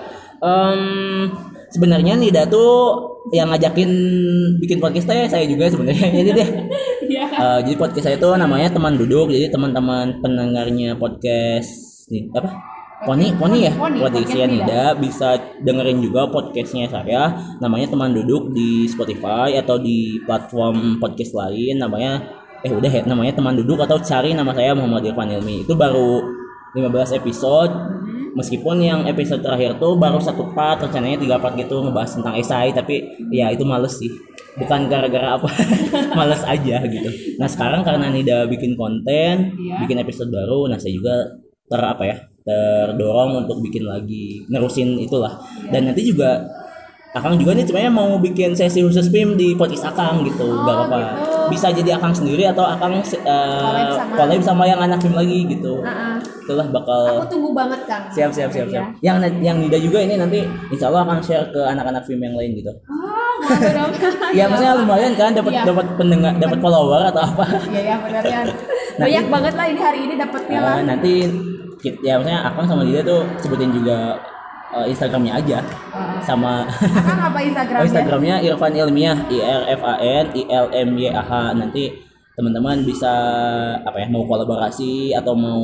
Um, sebenarnya Nida tuh yang ngajakin bikin podcast saya saya juga sebenarnya. Jadi deh. Iya. Uh, jadi podcast saya tuh namanya Teman Duduk. Jadi teman-teman pendengarnya podcast nih apa? Poni, Poni ya, Poni, podcast podcast Nida bisa dengerin juga podcastnya saya. Namanya Teman Duduk di Spotify atau di platform podcast lain. Namanya eh udah ya, namanya Teman Duduk atau cari nama saya Muhammad Irfan Ilmi. Itu baru lima belas episode. Meskipun yang episode terakhir tuh baru satu part, rencananya tiga part gitu ngebahas tentang esai, tapi ya itu males sih. Bukan gara-gara apa, males aja gitu. Nah sekarang karena Nida bikin konten, Iya. bikin episode baru, nah saya juga ter apa ya, terdorong untuk bikin lagi, nerusin itulah. Dan nanti juga Akang juga nih sebenarnya mau bikin sesi khusus P I M di podcast Akang gitu, Oh, gak apa-apa. gitu. Bisa jadi Akang sendiri atau Akang uh, Collab sama- collab sama yang anak film lagi gitu. Heeh. Itulah bakal Aku tunggu banget Kang. siap siap siap Iya. siap. Yang yang Nida juga ini nanti insya Allah akan share ke anak-anak film yang lain gitu. Oh, mau dong. Ya maksudnya lumayan kan dapat Iya. dapat pendengar, dapat follower atau apa. Iya ya benar ya. Banyak banget lah ini hari ini dapetnya lah. Eh, nanti kit- ya maksudnya Akang sama Nida tuh sebutin juga eh, Instagramnya aja sama Akang apa Instagramnya? oh, Instagramnya Irfan Ilmiah I R F A N I L M Y A H. Nanti teman-teman bisa apa ya mau kolaborasi atau mau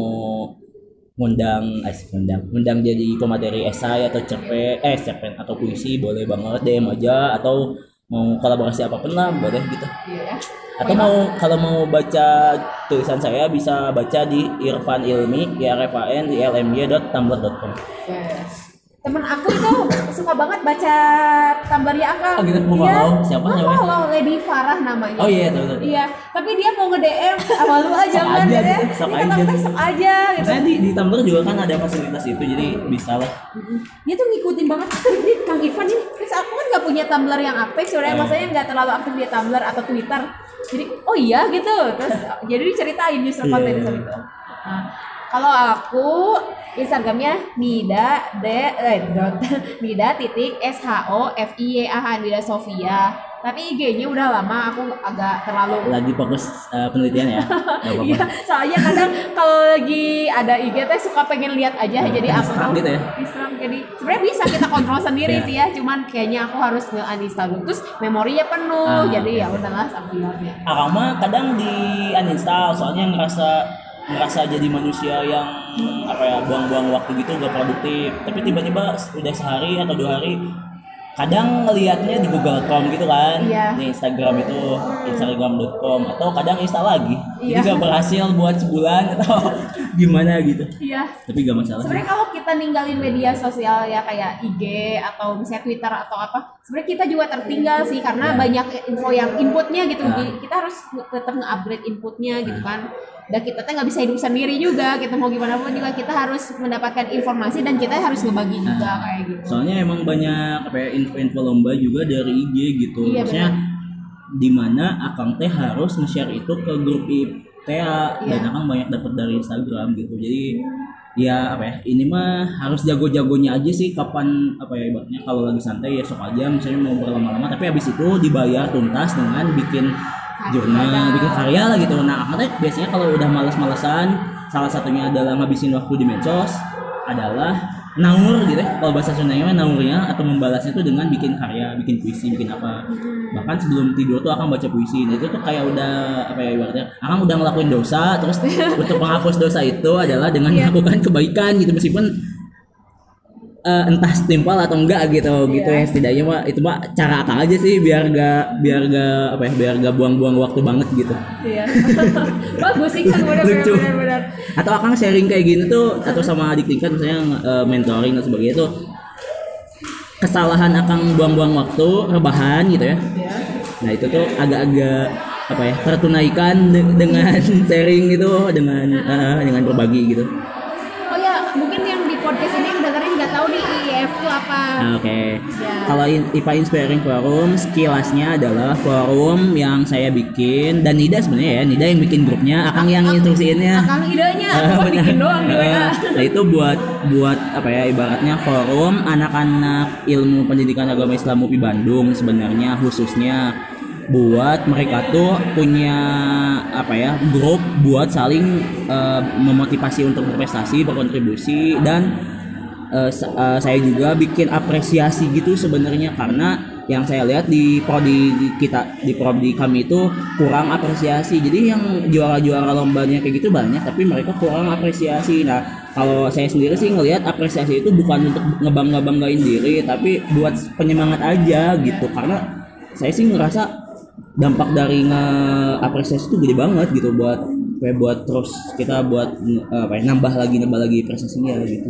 ngundang eh ngundang ngundang jadi pemateri esai atau cerpen eh cerpen atau puisi boleh banget D M aja, atau mau kolaborasi apapun lah boleh gitu. Iya ya. Atau mau kalau mau baca tulisan saya bisa baca di Irfan Ilmi I R F A N I L M Y dot tumblr dot com. Yes. Temen aku itu suka banget baca Tumblr-nya Akang. Oh gitu, mau Iya. follow? Siapa Mau namanya? follow Lady Farah namanya. Oh iya tahu tahu. Iya, tapi dia mau nge-D M sama lu aja Sok kan aja dia. gitu, sok Dia aja. kata sok aja gitu. Maksudnya di, di Tumblr juga kan ada fasilitas itu, jadi bisa lah. Dia tuh ngikutin banget ini Kang Irfan ini. Terus aku kan nggak punya Tumblr yang aktif, sebenarnya Hmm. maksudnya nggak terlalu aktif di Tumblr atau Twitter. Jadi oh iya gitu. Terus jadi diceritain justru Iya, konten iya. itu. Nah, Kalau aku Instagramnya Nida d eh, dot Nida titik s h o f i y a h Nida Sofia. Tapi I G-nya udah lama aku agak terlalu Lagi fokus uh, penelitian ya. Gak apa-apa. Iya, soalnya kadang kalau lagi ada I G teh suka pengen lihat aja jadi aku distract gitu ya. distract. Jadi sebenarnya bisa kita kontrol sendiri Iya. sih ya, cuman kayaknya aku harus nge-uninstall dulu. Terus memorinya penuh, Ah, jadi ya oke. udahlah sambilnya. Akang mah kadang di uninstall soalnya ngerasa ngerasa jadi manusia yang apa ya buang-buang waktu gitu gak produktif. Tapi tiba-tiba udah sehari atau dua hari kadang ngelihatnya di Google Chrome gitu kan, Iya. di Instagram itu instagram dot com atau kadang install lagi. Iya. Jadi gak berhasil buat sebulan atau gimana gitu. Iya. Tapi gak masalah. Sebenarnya kalau kita ninggalin media sosial ya kayak I G atau misalnya Twitter atau apa, sebenarnya kita juga tertinggal sih karena Ya. banyak info yang inputnya gitu. Nah. Jadi kita harus tetap nge-upgrade inputnya gitu kan. Dan kita tuh nggak bisa hidup sendiri juga. Kita mau gimana pun juga kita harus mendapatkan informasi dan kita harus ngebagi juga kayak gitu. Soalnya emang banyak apa ya info-info lomba juga dari I G gitu. Iya, Maksudnya di mana akang teh harus nge-share itu ke grup I T A Iya. dan akang banyak dapat dari Instagram gitu. Jadi ya apa ya ini mah harus jago-jagonya aja sih kapan apa ya ibaratnya kalau lagi santai ya sok aja misalnya mau berlama-lama tapi habis itu dibayar tuntas dengan bikin jurnal, bikin karya lah gitu. Nah, akang teh biasanya kalau udah malas-malesan, salah satunya adalah ngabisin waktu di medsos adalah naur gitu ya. Kalau bahasa Sundanya naurnya atau membalasnya tuh dengan bikin karya, bikin puisi, bikin apa. Bahkan sebelum tidur tuh akang baca puisi. Nah, itu tuh kayak udah apa ya ibaratnya akang udah ngelakuin dosa terus untuk menghapus dosa itu adalah dengan Iya. melakukan kebaikan gitu meskipun eh, entah setimpal atau enggak gitu gitu Iya. ya setidaknya mah itu mah cara akang aja sih biar gak biar gak apa ya biar gak buang-buang waktu banget gitu. Iya. Bagus sih kan Lucu. benar-benar. Atau akang sharing kayak gini tuh atau sama adik tingkat misalnya eh, mentoring dan sebagainya tuh kesalahan akang buang-buang waktu rebahan gitu ya. Iya. Nah itu tuh agak-agak apa ya tertunaikan de- dengan sharing gitu dengan eh, dengan berbagi gitu. Oh ya, mungkin yang di podcast ini yang dengerin nggak tahu nih I I F itu apa. Nah, Oke, Ya. kalau in- I P A Inspiring Forum sekilasnya adalah forum yang saya bikin dan Nida sebenarnya ya Nida yang bikin grupnya, Akang yang instruksiinnya. Akang idenya, Ah, aku benar. bikin doang di W A. Ah, Nah itu buat buat apa ya ibaratnya forum anak-anak ilmu pendidikan agama Islam U P I Bandung sebenarnya khususnya buat mereka tuh punya apa ya grup buat saling eh, memotivasi untuk berprestasi berkontribusi dan eh, sa- eh, saya juga bikin apresiasi gitu sebenarnya karena yang saya lihat di prodi kita di prodi kami itu kurang apresiasi jadi yang juara-juara lombanya kayak gitu banyak tapi mereka kurang apresiasi. Nah kalau saya sendiri sih ngelihat apresiasi itu bukan untuk ngebangga-banggain diri tapi buat penyemangat aja gitu karena saya sih ngerasa dampak dari nge-apresiasi itu gede banget gitu buat kayak buat terus kita buat eh, apa ya, nambah lagi nambah lagi prestasinya gitu.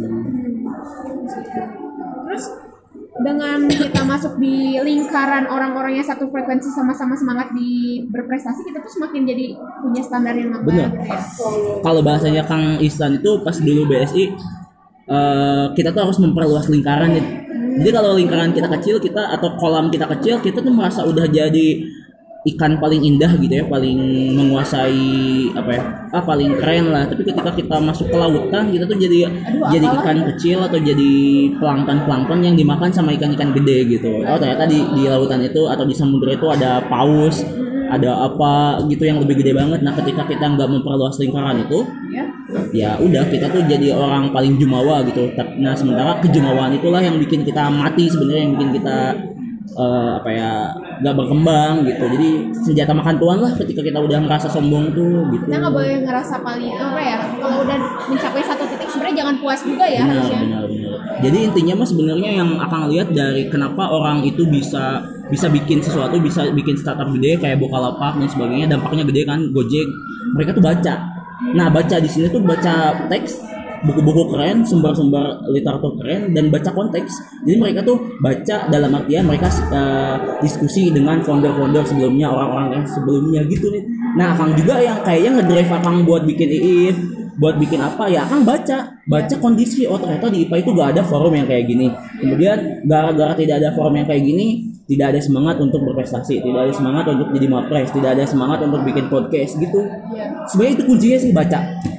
Terus dengan kita masuk di lingkaran orang-orang yang satu frekuensi sama-sama semangat di berprestasi kita tuh semakin jadi punya standar yang nambah Bener. gitu ya. Kalau bahasanya Kang Ihsan itu pas dulu B S I eh, kita tuh harus memperluas lingkaran gitu. Jadi kalau lingkaran kita kecil kita atau kolam kita kecil kita tuh merasa udah jadi ikan paling indah gitu ya, paling menguasai apa ya, ah paling keren lah. Tapi ketika kita masuk ke lautan kita tuh jadi Aduh, jadi apalah. ikan kecil atau jadi plankton-plankton yang dimakan sama ikan-ikan gede gitu. Oh ternyata di di lautan itu atau di samudera itu ada paus, ada apa gitu yang lebih gede banget. Nah ketika kita nggak memperluas lingkaran itu, Ya. ya udah kita tuh jadi orang paling jumawa gitu. Nah sementara kejumawaan itulah yang bikin kita mati sebenarnya, yang bikin kita eh, apa ya nggak berkembang gitu. Jadi senjata makan tuan lah ketika kita udah ngerasa sombong tuh gitu. Kita nggak boleh ngerasa paling apa ya kalau udah mencapai satu titik sebenarnya jangan puas juga ya Benar, harusnya. benar, benar. Jadi intinya mah sebenarnya yang akan lihat dari kenapa orang itu bisa bisa bikin sesuatu, bisa bikin startup gede kayak Bukalapak dan sebagainya, dampaknya gede kan, Gojek. Mereka tuh baca. Nah, baca di sini tuh baca teks, buku-buku keren, sumber-sumber literatur keren dan baca konteks. Jadi mereka tuh baca dalam artian mereka uh, diskusi dengan founder-founder sebelumnya, orang-orang yang sebelumnya gitu nih. Nah, Akang juga yang kayaknya ngedrive Akang buat bikin I I F, buat bikin apa ya Akang baca baca kondisi oh ternyata di I P A itu gak ada forum yang kayak gini, kemudian gara-gara tidak ada forum yang kayak gini tidak ada semangat untuk berprestasi, tidak ada semangat untuk jadi mapres, tidak ada semangat untuk bikin podcast gitu. Iya. Sebenarnya itu kuncinya sih baca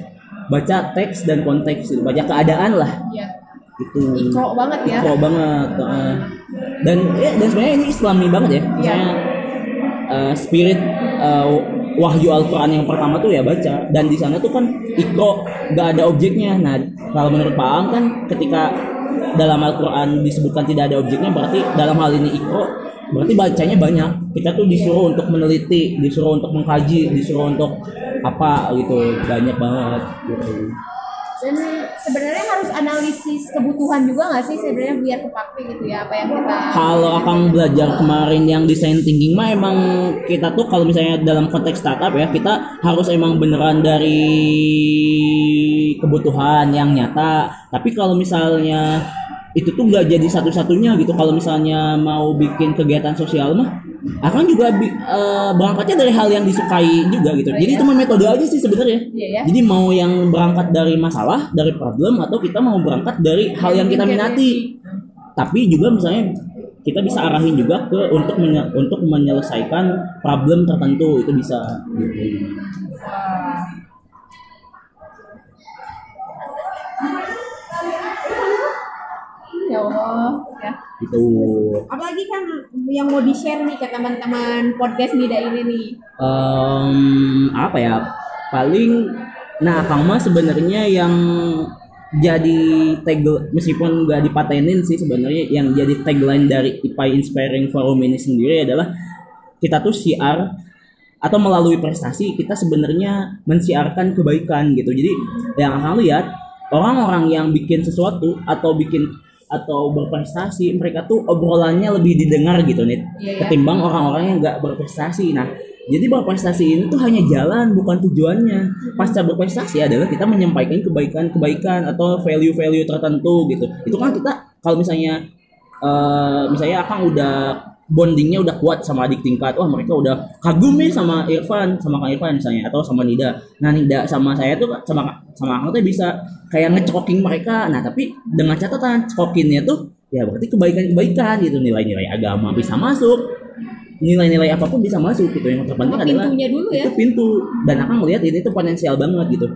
baca teks dan konteks gitu, baca keadaan lah. Iya. Itu Ikro banget ya. Ikro banget. Uh, dan ya, dan sebenarnya ini Islami banget ya. Misalnya uh, spirit uh, wahyu Al-Qur'an yang pertama tuh ya baca, dan di sana tuh kan ikro gak ada objeknya. Nah, kalau menurut Pak Ang kan ketika dalam Al-Qur'an disebutkan tidak ada objeknya, berarti dalam hal ini ikro berarti bacanya banyak. Kita tuh disuruh untuk meneliti, disuruh untuk mengkaji, disuruh untuk apa gitu, banyak banget gitu. Dan sebenarnya harus analisis kebutuhan juga nggak sih sebenarnya biar kepake gitu ya apa yang kita. Kalau Akang belajar kemarin yang design thinking mah emang kita tuh kalau misalnya dalam konteks startup ya, kita harus emang beneran dari kebutuhan yang nyata. Tapi kalau misalnya itu tuh nggak jadi satu-satunya gitu, kalau misalnya mau bikin kegiatan sosial mah akan juga uh, berangkatnya dari hal yang disukai juga gitu. Jadi itu mah metode aja sih sebenarnya. Iya, ya. Jadi mau yang berangkat dari masalah, dari problem, atau kita mau berangkat dari hal yang kita minati. Tapi juga misalnya kita bisa arahin juga ke untuk menye- untuk menyelesaikan problem tertentu, itu bisa gitu. Ya Allah ya. Itu. Apalagi kan yang mau di-share nih ke teman-teman podcast Nida ini nih. Um, apa ya? Paling nah Kang mah sebenarnya yang jadi tag, meskipun nggak dipatenin sih sebenarnya, yang jadi tagline dari I P A I Inspiring Forum ini sendiri adalah kita tuh siar atau melalui prestasi kita sebenarnya mensiarkan kebaikan gitu. Jadi yang akan lihat orang-orang yang bikin sesuatu atau bikin atau berprestasi, mereka tuh obrolannya lebih didengar gitu nih, yeah, ketimbang orang-orang yang nggak berprestasi. Nah, jadi berprestasi ini tuh hanya jalan, bukan tujuannya. Pasca berprestasi adalah kita menyampaikan kebaikan-kebaikan atau value-value tertentu gitu. Itu kan kita kalau misalnya uh, misalnya Akang udah bondingnya udah kuat sama adik tingkat, wah mereka udah kagum nih sama Irfan, sama Kang Irfan misalnya, atau sama Nida. Nah Nida sama saya tuh sama sama Akang tuh bisa kayak ngecoking mereka. Nah tapi dengan catatan cokinnya tuh ya berarti kebaikan-kebaikan gitu, nilai-nilai agama bisa masuk, nilai-nilai apapun bisa masuk gitu. Yang terpenting adalah dulu ya. Itu pintu, dan Akang melihat ini tuh potensial banget gitu.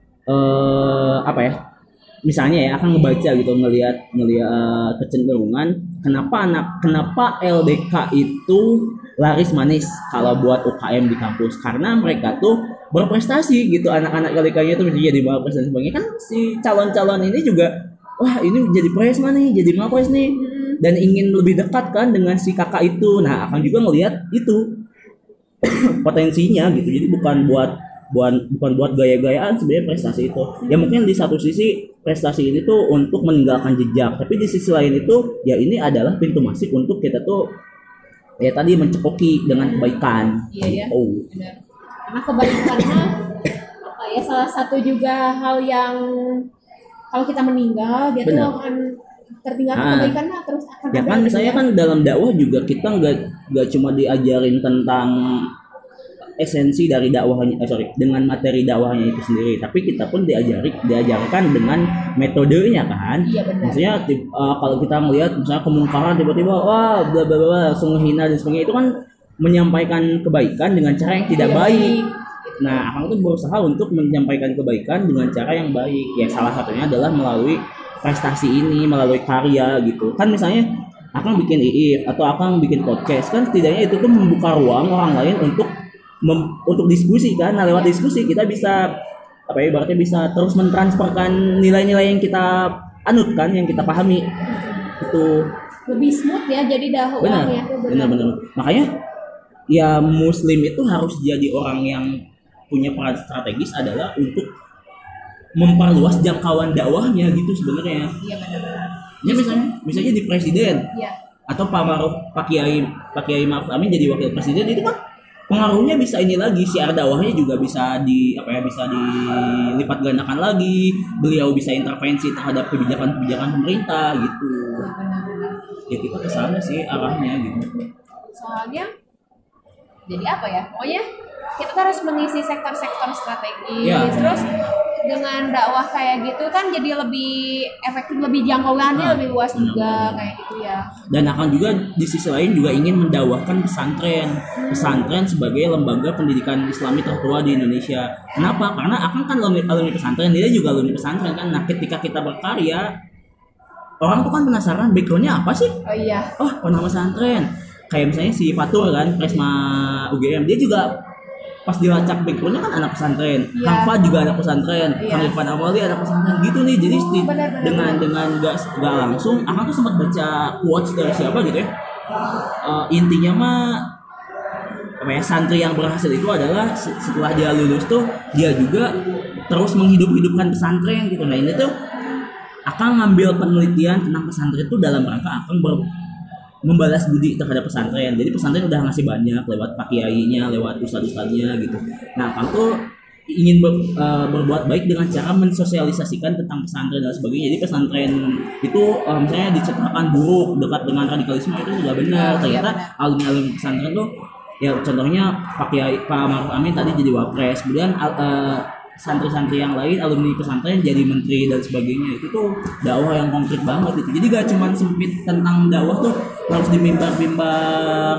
Eh apa ya? Misalnya ya akan ngebaca gitu, ngelihat ngelihat kecenderungan kenapa anak kenapa L D K itu laris manis kalau buat U K M di kampus, karena mereka tuh berprestasi gitu. Anak-anak L D K-nya tuh bisa jadi mapres dan sebagainya. Kan si calon-calon ini juga wah ini jadi presma nih, jadi mapres nih, dan ingin lebih dekat kan dengan si kakak itu. Nah akan juga ngelihat itu potensinya gitu. Jadi bukan buat bukan bukan buat gaya-gayaan sebenarnya prestasi itu. Ya mungkin di satu sisi prestasi ini tuh untuk meninggalkan jejak, tapi di sisi lain itu ya ini adalah pintu masuk untuk kita tuh ya tadi mencekoki dengan kebaikan. Iya ya. Oh. Benar. Karena kebaikannya apa ya, salah satu juga hal yang kalau kita meninggal dia Benar. tuh akan tertinggal Ah. kebaikannya terus akan Ya ada kan gitu misalnya ya. kan dalam dakwah juga kita nggak nggak cuma diajarin tentang esensi dari dakwahnya, eh, sorry, dengan materi dakwahnya itu sendiri, tapi kita pun diajari diajarkan dengan metodenya kan. Iya, benar. Maksudnya uh, kalau kita melihat misalnya kemungkaran tiba-tiba wah bla bla bla langsung menghina dan sebagainya, itu kan menyampaikan kebaikan dengan cara yang tidak Iya, baik. baik. Nah, Akang tuh berusaha untuk menyampaikan kebaikan dengan cara yang baik. Ya salah satunya adalah melalui prestasi ini, melalui karya gitu. Kan misalnya Akang bikin I I F atau Akang bikin podcast, kan setidaknya itu tuh membuka ruang orang lain untuk Mem, untuk diskusi kan. Nah lewat diskusi kita bisa apa ya, berarti bisa terus mentransferkan nilai-nilai yang kita anutkan, yang kita pahami itu. Lebih smooth ya jadi dakwahnya tuh benar benar makanya ya muslim itu harus jadi orang yang punya peran strategis adalah untuk memperluas jangkauan dakwahnya gitu sebenarnya. Iya benar. Ya misalnya misalnya di presiden Iya. atau Pak Maruf, Pak Kiai Pak Kiai Maruf Amin jadi wakil presiden, itu kan pengaruhnya bisa ini lagi, siar dakwahnya juga bisa di apa ya bisa dilipat gandakan lagi. Beliau bisa intervensi terhadap kebijakan-kebijakan pemerintah gitu. Benar-benar. Ya kita ke sana sih arahnya gitu. Soalnya jadi apa ya? Pokoknya kita tuh harus mengisi sektor-sektor strategis. Ya. Terus dengan dakwah kayak gitu kan jadi lebih efektif, lebih jangkauannya Ah, lebih luas juga benar-benar. kayak gitu ya. Dan akan juga di sisi lain juga ingin mendakwahkan pesantren pesantren sebagai lembaga pendidikan Islami tertua di Indonesia. Kenapa? Karena akan kan alumni, alumni pesantren, dia juga alumni pesantren kan. Nah ketika kita berkarya, orang tuh kan penasaran backgroundnya apa sih. Oh iya. Oh pernah pesantren, kayak misalnya si Fatur kan Presma U G M, dia juga pas dilacak backgroundnya kan anak pesantren. Iya. Kang Fa juga anak pesantren, Iya. Kang Irfan Awali anak pesantren gitu nih. Jadi Oh, sti- benar, benar, dengan benar. dengan gak, gak langsung, aku tuh sempat baca quotes dari siapa gitu ya. Eh, intinya mah apa ya, santri yang berhasil itu adalah se- setelah dia lulus tuh dia juga terus menghidup-hidupkan pesantren gitu. Nah ini tuh akan ngambil penelitian tentang pesantren itu dalam rangka akan ber- membalas budi terhadap pesantren. Jadi pesantren udah ngasih banyak lewat pak kiainya, lewat ustadz-ustadznya gitu. Nah, Kang tuh ingin ber- eh, berbuat baik dengan cara mensosialisasikan tentang pesantren dan sebagainya. Jadi pesantren itu eh, misalnya diciptakan buruk dekat dengan radikalisme itu juga benar. Ternyata alumni-alumni pesantren tuh ya contohnya Pak Kiai Pak Maruf Amin tadi jadi wapres. Kemudian al- eh, santri-santri yang lain alumni pesantren jadi menteri dan sebagainya. Itu tuh dakwah yang konkret banget gitu. Jadi gak cuma sempit tentang dakwah tuh harus di mimbar-mimbar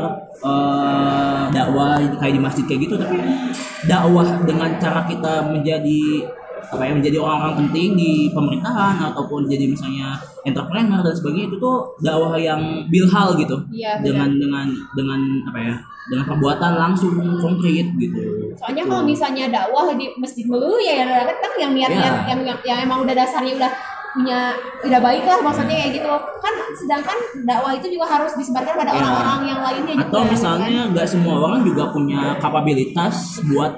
eh, dakwah kayak di masjid kayak gitu, tapi dakwah dengan cara kita menjadi apa ya, menjadi orang-orang penting di pemerintahan ataupun jadi misalnya entrepreneur dan sebagainya, itu tuh dakwah yang bilhal gitu. Iya, benar. dengan dengan dengan apa ya, dengan perbuatan langsung konkret gitu. Soalnya kalau misalnya dakwah di masjid melulu ya kadang yang niat-niat Ya. yang, yang yang emang udah dasarnya udah punya udah baik lah maksudnya kayak gitu kan, sedangkan dakwah itu juga harus disebarkan pada Ya. orang-orang yang lainnya juga. Atau misalnya nggak semua orang juga punya kapabilitas buat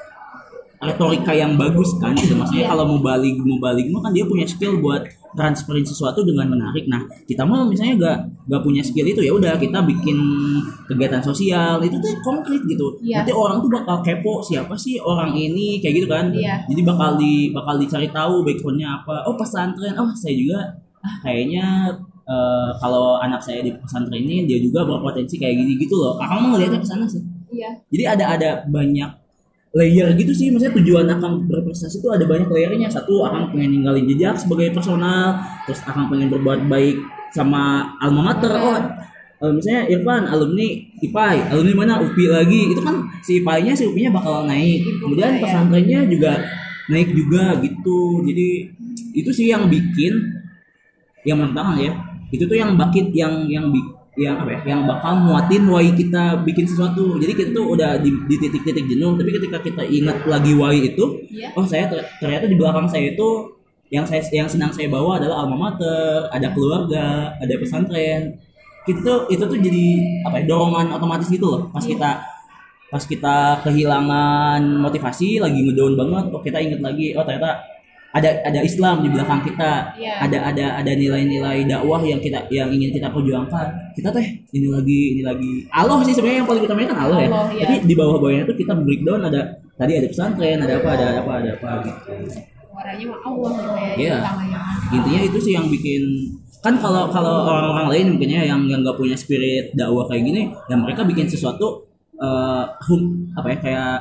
retorika yang bagus kan gitu. Maksudnya Iya. kalau mau balik mau balik mah kan dia punya skill buat transferin sesuatu dengan menarik. Nah kita mah misalnya gak gak punya skill itu, ya udah kita bikin kegiatan sosial itu tuh konkret gitu. Iya. Nanti orang tuh bakal kepo siapa sih orang ini kayak gitu kan. Iya. Jadi bakal di bakal dicari tahu backgroundnya apa. Oh pesantren, oh saya juga ah kayaknya eh, kalau anak saya di pesantren ini dia juga berpotensi kayak gini gitu loh. Kakak mau ngeliatnya ke sana sih. Iya. Jadi ada ada banyak layer gitu sih, maksudnya tujuan akan berprestasi itu ada banyak layernya. Satu, akan pengen ninggalin jejak sebagai personal, terus akan pengen berbuat baik sama alma mater. Oh, eh, misalnya Irfan alumni I P A I, alumni mana U P I lagi, itu kan si I P A I-nya si U P I-nya bakal naik. Kemudian pesantrennya juga naik juga gitu. Jadi itu sih yang bikin, yang menentang ya. Itu tuh yang bakit yang yang bi- yang apa ya, yang bakal muatin why kita bikin sesuatu. Jadi kita tuh udah di, di titik-titik jenuh, tapi ketika kita ingat lagi why itu, Iya. oh saya ter- ternyata di belakang saya itu yang saya yang sedang saya bawa adalah alma mater, ada keluarga, ada pesantren. Itu tuh itu tuh jadi apa ya, dorongan otomatis gitu loh. Pas kita pas kita kehilangan motivasi, lagi ngedown banget, oh kita ingat lagi, oh ternyata ada ada Islam di belakang kita, Iya. ada ada ada nilai-nilai dakwah yang kita yang ingin kita perjuangkan. Kita teh ini lagi ini lagi Allah sih sebenarnya yang paling utamanya kan Allah ya. Allah, iya. Tapi di bawah-bawahnya tuh kita breakdown, ada tadi ada pesantren, ada apa ada apa ada apa gitu. Suaranya mah Allah gitu ya. Iya. utamanya. Intinya itu sih yang bikin, kan kalau kalau orang-orang lain mungkinnya yang yang nggak punya spirit dakwah kayak gini, ya mereka bikin sesuatu eh hum, apa ya, kayak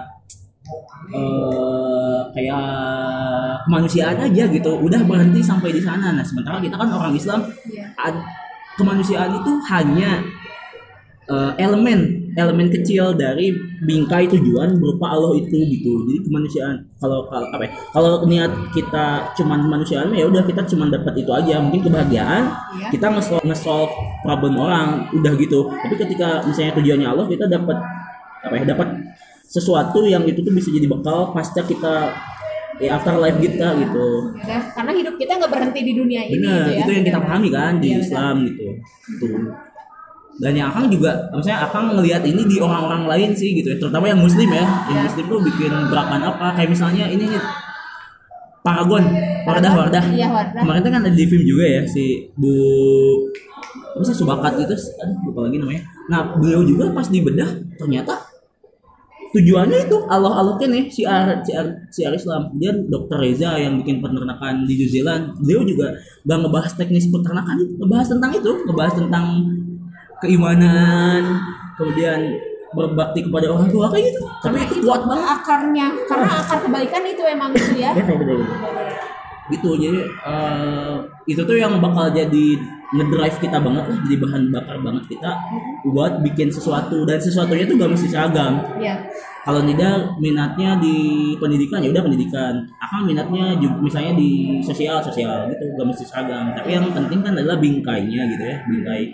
eh kayak kemanusiaan aja gitu, udah berhenti sampai di sana. Nah sementara kita kan orang Islam, Iya. ad- kemanusiaan itu hanya eh, elemen elemen kecil dari bingkai tujuan berupa Allah itu gitu. Jadi kemanusiaan, kalau kalau apa ya, kalau niat kita cuman kemanusiaan ya udah kita cuman dapat itu aja, mungkin kebahagiaan, Iya. kita nge-solve, nge-solve problem orang udah gitu. Tapi ketika misalnya tujuannya Allah, kita dapat apa ya, dapat sesuatu yang itu tuh bisa jadi bekal pasca kita ya afterlife kita gitu. Ya, karena hidup kita nggak berhenti di dunia ini Benar, gitu ya. itu yang kita pahami kan di Iya, benar. Islam gitu. Tuh. Dan yang Akang juga, maksudnya Akang ngelihat ini di orang-orang lain sih gitu ya, terutama yang Muslim ya. Yang Iya. Muslim tuh bikin gerakan apa? Kayak misalnya ini nih, Paragon, Wardah Wardah. Iya, Wardah. Kemarin tuh kan ada di film juga ya si Bu, apa sih, Subakat itu, aduh lupa lagi namanya. Nah beliau juga pas dibedah ternyata tujuannya itu Allah Allah kan ya, siar siar siar Islam. Kemudian Dokter Reza yang bikin peternakan di New Zealand, beliau juga gak ngebahas teknis peternakan, ngebahas tentang itu, ngebahas tentang keimanan, kemudian berbakti kepada orang tua kayak gitu. Tapi itu kuat banget akarnya, karena akar kebaikan itu emang gitu ya. betul betul gitu. Jadi uh, itu tuh yang bakal jadi ngedrive kita banget lah, jadi bahan bakar banget kita buat bikin sesuatu, dan sesuatunya tuh gak mesti seragam. Iya. Kalau Nida minatnya di pendidikan ya udah pendidikan, Akang minatnya juga misalnya di sosial sosial gitu, gak mesti seragam. Tapi yang penting kan adalah bingkainya gitu ya, bingkai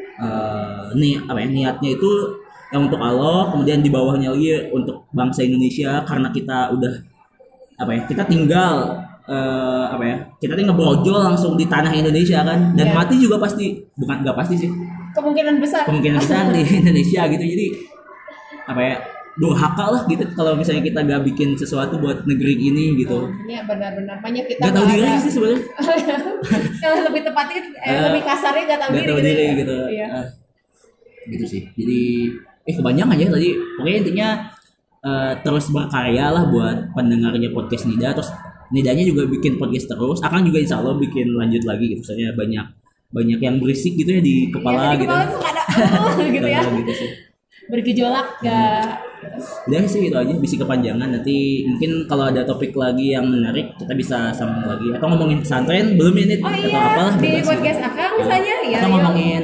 uh, nih apa ya niatnya itu yang untuk Allah, kemudian di bawahnya lagi untuk bangsa Indonesia, karena kita udah apa ya kita tinggal uh, apa ya kita tinggal ngebrojol langsung di tanah Indonesia kan, dan yeah. mati juga pasti, bukan nggak pasti sih, kemungkinan besar kemungkinan besar di Indonesia gitu. Jadi apa ya durhaka lah gitu kalau misalnya kita gak bikin sesuatu buat negeri ini gitu. Iya benar-benar banyak kita gak tahu diri sih sebenarnya. Kalau lebih tepatnya eh, uh, lebih kasarnya gak tahu gak diri, tahu gitu, diri ya. gitu. Iya. Uh, gitu sih. Jadi eh kebanyakan aja tadi. Pokoknya intinya uh, terus berkarya lah buat pendengarnya podcast Nida. Terus Nidanya juga bikin podcast terus. Akang juga insya Allah bikin lanjut lagi gitu. Soalnya banyak banyak yang berisik gitu ya di kepala, ya, di gitu. Kepala tuh ada oh, gitu ya. gitu sih. Bergejolak gak? Udah sih gitu aja, bisa kepanjangan. Nanti mungkin kalau ada topik lagi yang menarik kita bisa sambung lagi, atau ngomongin pesantren belum ini oh, atau iya. apalah Di bebas podcast gitu. Akang misalnya ya. Atau ngomongin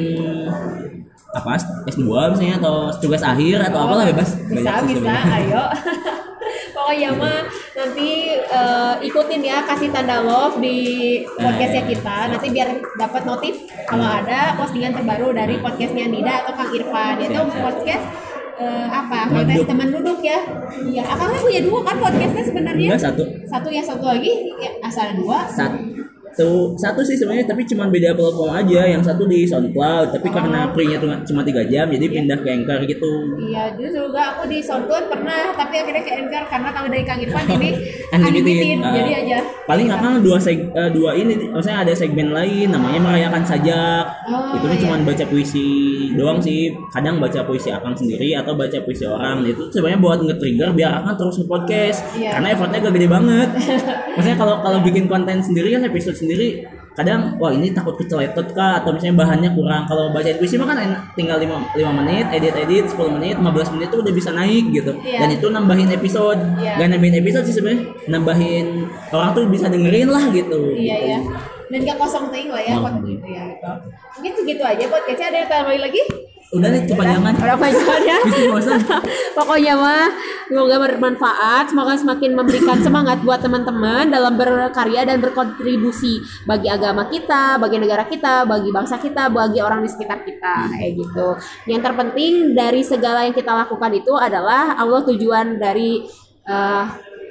apa S dua misalnya atau tugas akhir atau oh, apalah bebas. Bisa bisa ayo. Pokoknya mah nanti uh, ikutin ya, kasih tanda love di podcastnya kita, nanti biar dapat notif kalau ada postingan terbaru dari podcastnya Nida atau Kang Irfan. Itu podcast uh, apa? Podcast teman duduk ya. Iya, Akang kan punya dua kan podcastnya sebenarnya. Enggak, satu. Satu ya, satu lagi ya, asal dua. Satu satu sih sebenarnya, tapi cuma beda platform aja. Yang satu di SoundCloud, tapi oh. karena free-nya tuh cuma tiga jam, jadi yeah. pindah ke Anchor gitu. Iya, dulu juga aku di SoundCloud pernah, tapi akhirnya ke Anchor karena tahu dari Kang Irfan ini unlimited. unlimited, uh, jadi aja. Paling Akang dua seg uh, dua ini, maksudnya ada segmen lain namanya merayakan sajak. Oh, itu kan iya. cuma baca puisi doang sih. Kadang baca puisi Akang sendiri atau baca puisi orang. Itu sebenarnya buat nge-trigger biar Akang terus nge-podcast. Yeah. Karena effortnya gak gede banget. Maksudnya kalau kalau bikin konten sendiri kan episode sendiri kadang wah ini takut keceletot kah, atau misalnya bahannya kurang. Kalau baca puisi mah kan tinggal lima menit, edit-edit sepuluh menit, lima belas menit itu udah bisa naik gitu. Yeah. Dan itu nambahin episode. Yeah. Gak nambahin episode sih sebenarnya, nambahin orang tuh bisa dengerin lah gitu. Iya yeah, gitu. ya. Dan gak kosong ting lah ya. Kosong gitu ya gitu. Mungkin segitu aja podcastnya, ada yang tambahin lagi? Udah nih kepanjangan. Udah kepanjangan ya. Pokoknya mah semoga bermanfaat, semoga semakin memberikan semangat buat teman-teman dalam berkarya dan berkontribusi bagi agama kita, bagi negara kita, bagi bangsa kita, bagi orang di sekitar kita, kayak gitu. Yang terpenting dari segala yang kita lakukan itu adalah Allah tujuan dari uh,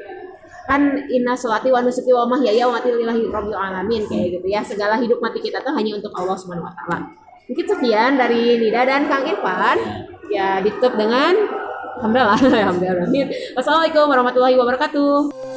kan inna sholati wa nusuki wa mahyaya wa mamati lillahi rabbil alamin, kayak gitu ya. Segala hidup mati kita tuh hanya untuk Allah Subhanahu wa taala. Mungkin sekian dari Nida dan Kang Irfan. Ya, ditutup dengan alhamdulillah. Alhamdulillah. Wassalamualaikum warahmatullahi wabarakatuh.